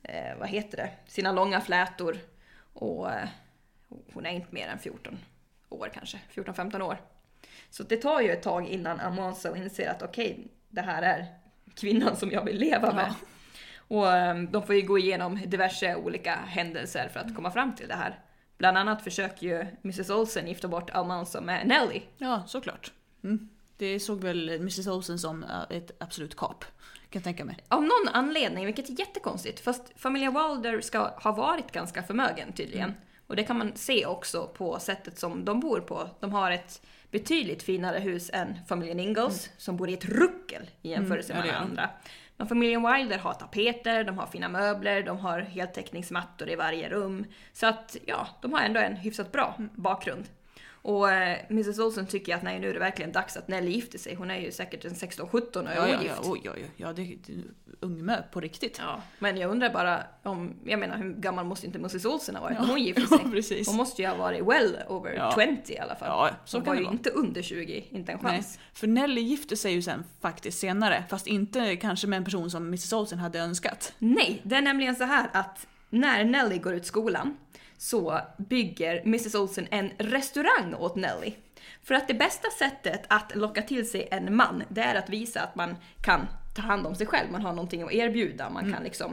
sina långa flätor. Och hon är inte mer än 14 år kanske, 14-15 år. Så det tar ju ett tag innan Almanza inser att okej, det här är kvinnan som jag vill leva med. Och de får ju gå igenom diverse olika händelser för att komma fram till det här. Bland annat försöker ju Mrs. Olsen gifta bort Almanza med Nellie. Ja, såklart. Det såg väl Mrs. Olsen som ett absolut kap, kan jag tänka mig. Av någon anledning, vilket är jättekonstigt. Fast familjen Wilder ska ha varit ganska förmögen tydligen. Och det kan man se också på sättet som de bor på. De har ett betydligt finare hus än familjen Ingalls, som bor i ett ruckel i jämförelse med andra. Men familjen Wilder har tapeter, de har fina möbler, de har heltäckningsmattor i varje rum. Så att ja, de har ändå en hyfsat bra bakgrund. Och Mrs. Olsen tycker att nej, nu är det verkligen dags att Nellie gifter sig. Hon är ju säkert en 16-17 och är ogift. Ja, det är ungmö på riktigt. Ja, men jag undrar bara om, jag menar, hur gammal måste inte Mrs. Olsen ha varit när hon gifte sig? Precis. Hon måste ju ha varit well over 20 i alla fall. Ja, så hon kan var det ju vara. inte under 20, inte en chans. Nej, för Nellie gifte sig ju sen faktiskt senare, fast inte kanske med en person som Mrs. Olsen hade önskat. Nej, det är nämligen så här att när Nellie går ut skolan så bygger Mrs. Olsen en restaurang åt Nellie. För att det bästa sättet att locka till sig en man, det är att visa att man kan ta hand om sig själv. Man har någonting att erbjuda, man kan liksom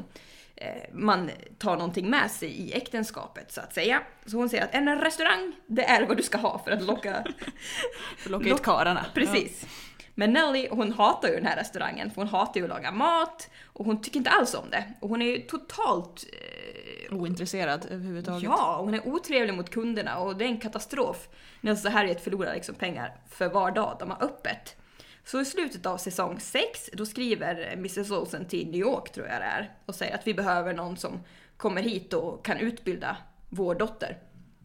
man tar någonting med sig i äktenskapet, så att säga. Så hon säger att en restaurang, det är vad du ska ha för att locka hit karlarna. Precis. Ja. Men Nellie, hon hatar ju den här restaurangen, för hon hatar ju att laga mat och hon tycker inte alls om det. Och hon är ju totalt ointresserad överhuvudtaget. Ja, hon är otrevlig mot kunderna och det är en katastrof när så här förlorar liksom pengar för var dag de har öppet. Så i slutet av säsong 6 då skriver Mrs. Olsen till New York, tror jag det är, och säger att vi behöver någon som kommer hit och kan utbilda vår dotter.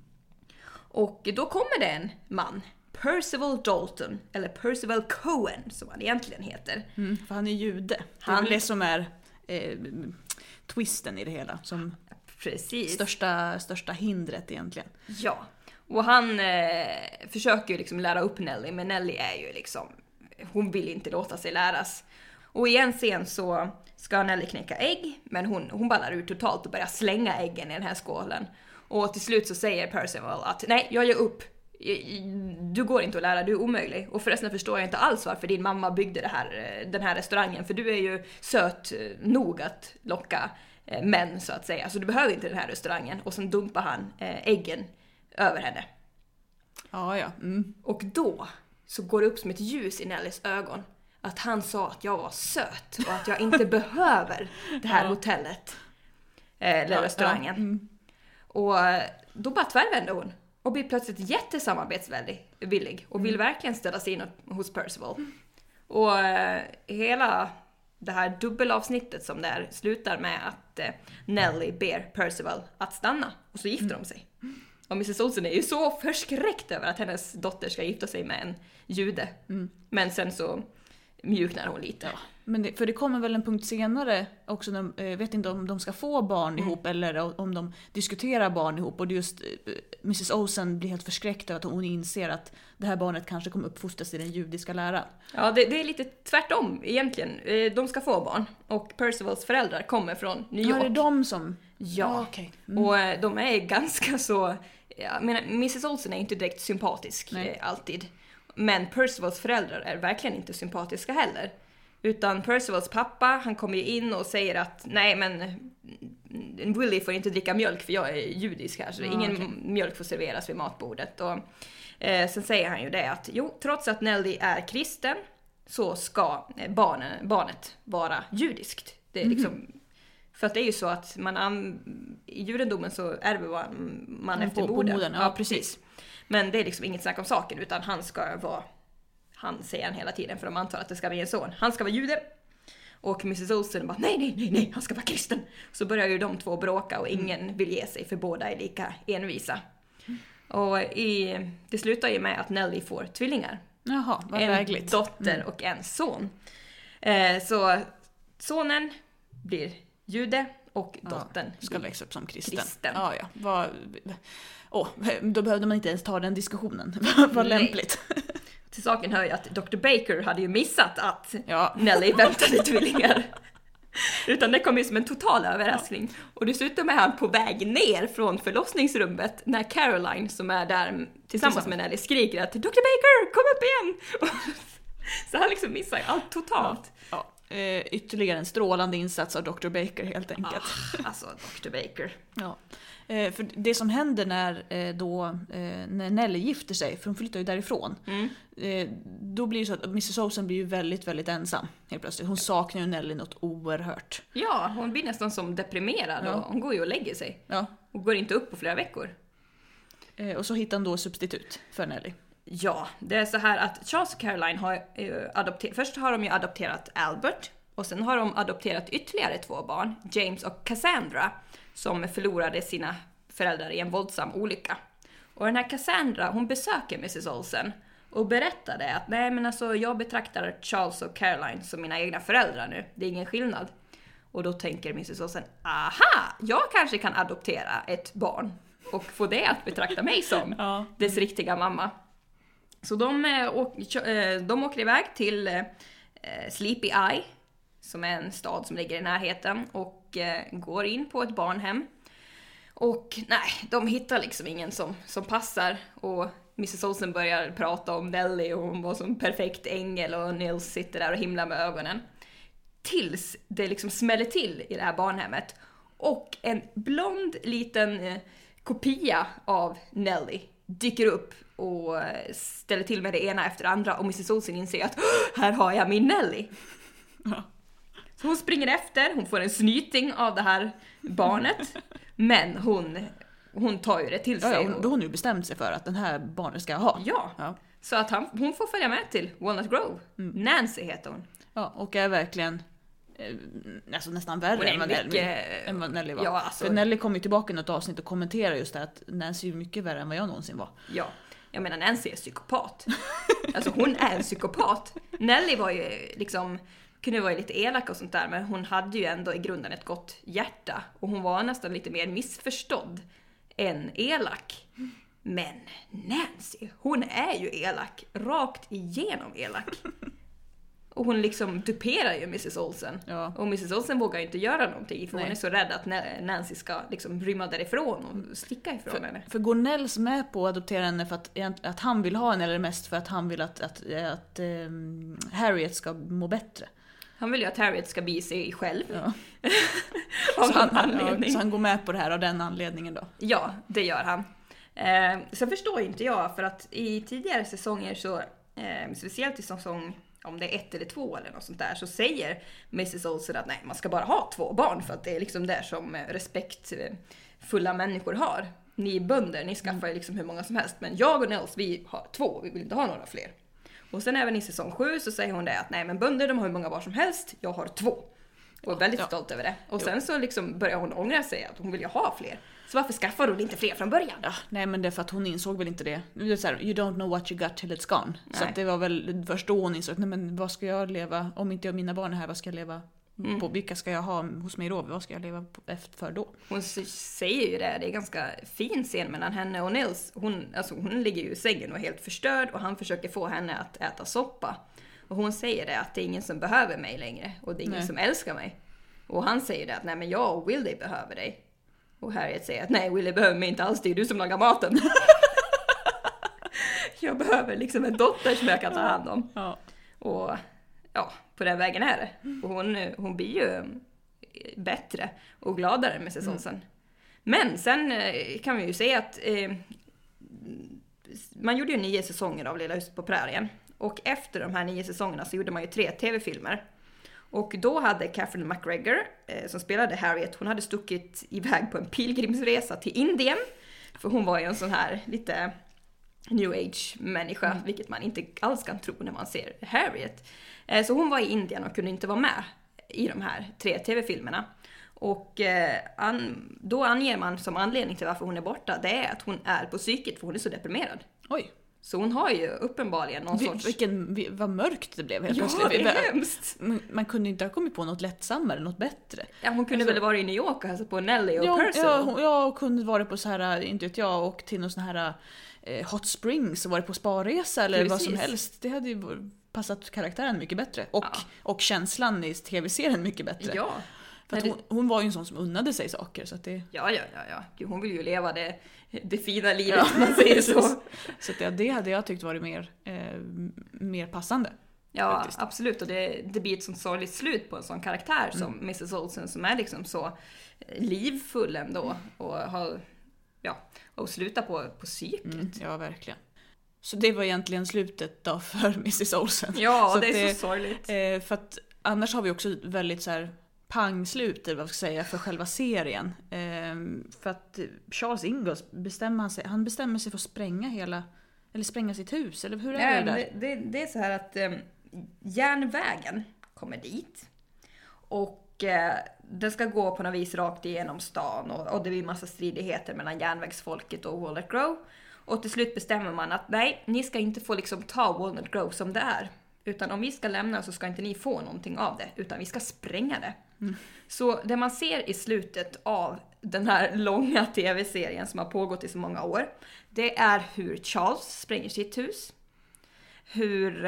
Och då kommer det en man, Percival Dalton, eller Percival Cohen som han egentligen heter. För han är jude. Det är det som är twisten i det hela. Som precis. Största hindret egentligen. Ja, och han försöker ju liksom lära upp Nellie, men Nellie är ju liksom, hon vill inte låta sig läras. Och i en scen så ska Nellie knäcka ägg, men hon ballar ut totalt och börjar slänga äggen i den här skålen. Och till slut så säger Percival att nej, jag ger upp. Du går inte att lära, du är omöjlig. Och förresten förstår jag inte alls varför din mamma byggde den här restaurangen. För du är ju söt nog att locka män, så att säga. Så du behöver inte den här restaurangen. Och sen dumpar han äggen över henne. Ja. Och då så går det upp som ett ljus i Nellys ögon att han sa att jag var söt och att jag inte behöver det här hotellet eller restaurangen. Och då bara tvärvände hon och blir plötsligt jättesamarbetsvillig och vill verkligen ställa sig in hos Percival. Och hela det här dubbelavsnittet som där slutar med att Nelly ber Percival att stanna och så gifter de sig. Och Mrs. Olsen är ju så förskräckt över att hennes dotter ska gifta sig med en jude. Men sen så mjuknar hon lite. Ja. Men för det kommer väl en punkt senare också, jag vet inte om de ska få barn ihop eller om de diskuterar barn ihop. Och det just Mrs. Olsen blir helt förskräckt över att hon inser att det här barnet kanske kommer uppfostras i den judiska läran. Ja, det är lite tvärtom egentligen. De ska få barn och Percivals föräldrar kommer från New York. Ja, det är de som... Ja, okej. Och de är ganska så... Jag menar, Mrs. Olsen är inte direkt sympatisk alltid. Men Percivals föräldrar är verkligen inte sympatiska heller. Utan Percivals pappa, han kommer ju in och säger att nej men Willy får inte dricka mjölk för jag är judisk här så ingen mjölk får serveras vid matbordet. Och sen säger han ju det att trots att Nelly är kristen så ska barnet vara judiskt. Det är liksom... För att det är ju så att i judendomen så ärver man efter modern. Ja, precis. Men det är liksom inget snack om saken utan han ska vara, han säger han hela tiden för de antar att det ska bli en son. Han ska vara jude. Och Mrs. Olsen bara nej, han ska vara kristen. Så börjar ju de två bråka och ingen vill ge sig för båda är lika envisa. Och det slutar ju med att Nelly får tvillingar. Jaha, vad en lägligt. Dotter och en son. Så sonen blir jude och dottern ska växa upp som kristen. Då behövde man inte ens ta den diskussionen. Vad lämpligt. Till saken hör ju att Dr. Baker hade ju missat att Nelly väntade tvillingar. Utan det kom ju som en total överraskning. Och dessutom är han på väg ner från förlossningsrummet när Caroline som är där tillsammans med Nelly skriker att Dr. Baker, kom upp igen! Så han liksom missar ju allt totalt. Ja. Ytterligare en strålande insats av Dr. Baker helt enkelt. Alltså Dr. Baker. Ja. För det som händer när Nelly gifter sig, för hon flyttar ju därifrån, då blir det så att Mrs. Olsen blir ju väldigt, väldigt ensam helt plötsligt. Hon saknar ju Nelly något oerhört. Ja, hon blir nästan som deprimerad och hon går ju och lägger sig. Ja. Och går inte upp på flera veckor. Och så hittar hon då substitut för Nelly. Ja, det är så här att Charles och Caroline har först har de ju adopterat Albert och sen har de adopterat ytterligare 2 barn, James och Cassandra, som förlorade sina föräldrar i en våldsam olycka. Och den här Cassandra, hon besöker Mrs. Olsen och berättade att nej men alltså jag betraktar Charles och Caroline som mina egna föräldrar nu, det är ingen skillnad. Och då tänker Mrs. Olsen, aha, jag kanske kan adoptera ett barn och få det att betrakta mig som dess riktiga mamma. Så de åker iväg till Sleepy Eye, som är en stad som ligger i närheten, och går in på ett barnhem. Och nej, de hittar liksom ingen som passar. Och Mrs. Olsen börjar prata om Nelly och hon var som perfekt ängel och Nils sitter där och himlar med ögonen. Tills det liksom smäller till i det här barnhemmet. Och en blond liten kopia av Nelly dyker upp och ställer till med det ena efter det andra. Och Mrs. Olsen inser att här har jag min Nelly. Ja. Så hon springer efter, hon får en snyting av det här barnet. Men hon tar ju det till sig. Ja, då har hon ju bestämt sig för att den här barnet ska ha. Ja. Så att hon får följa med till Walnut Grove. Nancy heter hon. Ja, och är verkligen alltså nästan värre än vad Nelly var. Ja, alltså, för Nelly kom ju tillbaka i något avsnitt och kommenterade just det att Nancy är mycket värre än vad jag någonsin var. Ja, jag menar Nancy är psykopat. Alltså hon är en psykopat. Nelly var ju liksom, kunde vara lite elak och sånt där, men hon hade ju ändå i grunden ett gott hjärta. Och hon var nästan lite mer missförstådd än elak. Men Nancy, hon är ju elak. Rakt igenom elak. Och hon liksom duperar ju Mrs. Olsen. Ja. Och Mrs. Olsen vågar ju inte göra någonting. För hon är så rädd att Nancy ska liksom rymma därifrån och sticka ifrån henne. För går Nels med på att adoptera henne för att han vill ha henne, eller mest för att han vill att Harriet ska må bättre? Han vill ju att Harriet ska bli sig själv. Ja. Så han går med på det här av den anledningen då? Ja, det gör han. Sen förstår inte jag, för att i tidigare säsonger så, speciellt i säsong, om det är 1 eller 2 eller något sånt där, så säger Mrs. Olsen att nej, man ska bara ha 2 barn för att det är liksom det som respektfulla människor har. Ni bönder, ni skaffar ju liksom hur många som helst, men jag och Nels, vi har 2, vi vill inte ha några fler. Och sen även i säsong 7 så säger hon det att nej, men bönder, de har hur många barn som helst, jag har 2. Och är väldigt stolt över det. Och sen så liksom börjar hon ångra sig att hon vill ju ha fler. Så varför skaffar hon inte fler från början? Ja, nej, men det är för att hon insåg väl inte det. Det är så här, you don't know what you got till it's gone. Nej. Så att det var väl först då hon insåg, nej men vad ska jag leva, om inte jag och mina barn är här, vad ska jag leva på? Vilka ska jag ha hos mig då? Vad ska jag leva för då? Hon säger ju det är en ganska fin scen mellan henne och Nils. Hon ligger ju i sängen och är helt förstörd och han försöker få henne att äta soppa. Och hon säger det att det är ingen som behöver mig längre och det är ingen som älskar mig. Och han säger det att nej, men jag och Willie behöver dig. Och Harriet säger att nej, Willie behöver mig inte alls, det är du som lagar maten. Jag behöver liksom en dotter som jag kan ta hand om. Ja. Och ja, på den vägen är det. Och hon blir ju bättre och gladare med säsongen. Men sen kan vi ju säga att man gjorde ju 9 säsonger av Lilla huset på prärien. Och efter de här 9 säsongerna så gjorde man ju 3 tv-filmer. Och då hade Catherine McGregor, som spelade Harriet, hon hade stuckit iväg på en pilgrimsresa till Indien. För hon var ju en sån här lite new age-människa, vilket man inte alls kan tro när man ser Harriet. Så hon var i Indien och kunde inte vara med i de här 3 tv-filmerna. Och då anger man som anledning till varför hon är borta, det är att hon är på psyket för hon är så deprimerad. Oj. Så hon har ju uppenbarligen någon sorts... Vad mörkt det blev helt plötsligt. Ja, det är hemskt. Man kunde inte ha kommit på något lättsammare, något bättre. Ja, hon kunde väl vara i New York och hälsa på Nelly och Percy. Ja, och kunde vara på så här, inte vet jag, och till någon sån här Hot Springs och varit på sparresa eller vad som helst. Det hade ju passat karaktären mycket bättre. Och känslan i tv-serien mycket bättre. Ja. För att hon var ju en sån som unnade sig saker. Så att det... Ja. Hon vill ju leva det fina livet, man säger så. Så att det hade jag tyckt varit mer passande. Ja, faktiskt. Absolut. Och det blir ett sånt sorgligt slut på en sån karaktär som Mrs. Olsen, som är liksom så livfull ändå. Och sluta på psyket. Ja, verkligen. Så det var egentligen slutet då för Mrs. Olsen. Ja, så det är så sorgligt. För att annars har vi också väldigt så här pangslut, vad ska jag säga, för själva serien. För att Charles Ingalls bestämmer sig för att spränga sitt hus, eller hur är det där? Det är så här att järnvägen kommer dit och den ska gå på något vis rakt igenom stan och det blir massa stridigheter mellan järnvägsfolket och Walnut Grove. Och till slut bestämmer man att nej, ni ska inte få liksom ta Walnut Grove som det är. Utan om vi ska lämna så ska inte ni få någonting av det, utan vi ska spränga det. Så det man ser i slutet av den här långa tv-serien som har pågått i så många år, det är hur Charles spränger sitt hus. Hur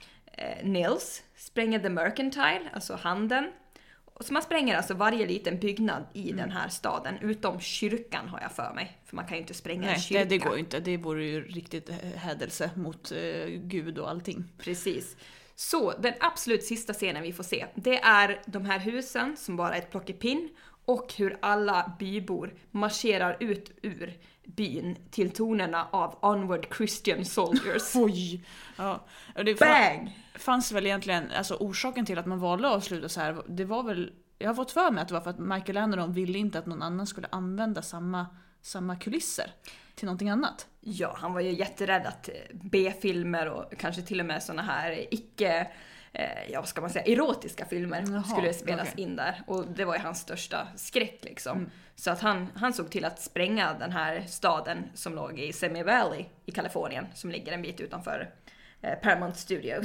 Nils spränger The Mercantile, alltså handeln. Så man spränger alltså varje liten byggnad i den här staden, utom kyrkan har jag för mig. För man kan ju inte spränga en kyrka. Nej, det går ju inte. Det vore ju riktigt hädelse mot Gud och allting. Precis. Så den absolut sista scenen vi får se, det är de här husen som bara är ett plockepinn och hur alla bybor marscherar ut ur byn till tonerna av Onward Christian Soldiers. Oj! Ja. Det Bang! Fanns väl egentligen, alltså orsaken till att man valde att avsluta så här, det var väl, jag har fått för mig att det var för att Michael Anderson ville inte att någon annan skulle använda samma kulisser till någonting annat. Ja, han var ju jätterädd att B-filmer och kanske till och med såna här icke, vad ska man säga, erotiska filmer skulle spelas in där. Och det var ju hans största skräck liksom. Så att han såg till att spränga den här staden som låg i Semi Valley i Kalifornien, som ligger en bit utanför Paramount Studios.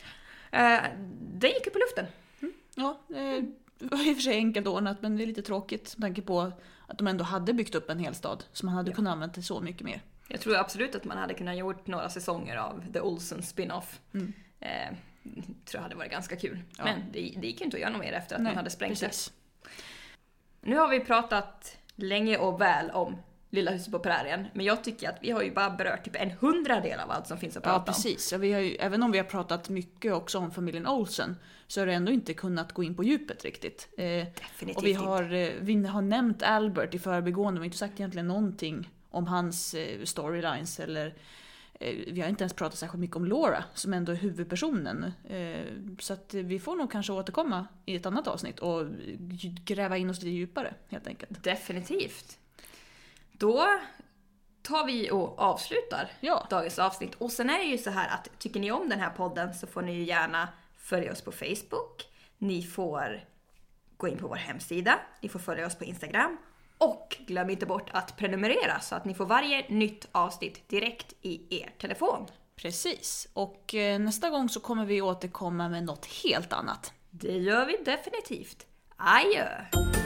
Det gick ju på luften. Ja, det var i och för sig enkelt ordnat, men det är lite tråkigt med tanke på att de ändå hade byggt upp en hel stad som man hade kunnat använda till så mycket mer. Jag tror absolut att man hade kunnat gjort några säsonger av The Olsen spin-off. Tror jag hade varit ganska kul. Ja. Men det gick ju inte att göra något mer efter att man hade sprängt det. Nu har vi pratat länge och väl om Lilla huset på prärien, men jag tycker att vi har ju bara berört typ 1/100 av allt som finns att prata om. Ja, precis. Vi har ju, även om vi har pratat mycket också om familjen Olsen, så har det ändå inte kunnat gå in på djupet riktigt. Definitivt och vi har nämnt Albert i förbigående, men inte sagt egentligen någonting om hans storylines eller vi har inte ens pratat särskilt mycket om Laura som ändå är huvudpersonen. Så att vi får nog kanske återkomma i ett annat avsnitt och gräva in oss lite djupare helt enkelt. Definitivt. Då tar vi och avslutar dagens avsnitt. Och sen är det ju så här att tycker ni om den här podden så får ni ju gärna följa oss på Facebook. Ni får gå in på vår hemsida. Ni får följa oss på Instagram. Och glöm inte bort att prenumerera så att ni får varje nytt avsnitt direkt i er telefon. Precis. Och nästa gång så kommer vi återkomma med något helt annat. Det gör vi definitivt. Adjö!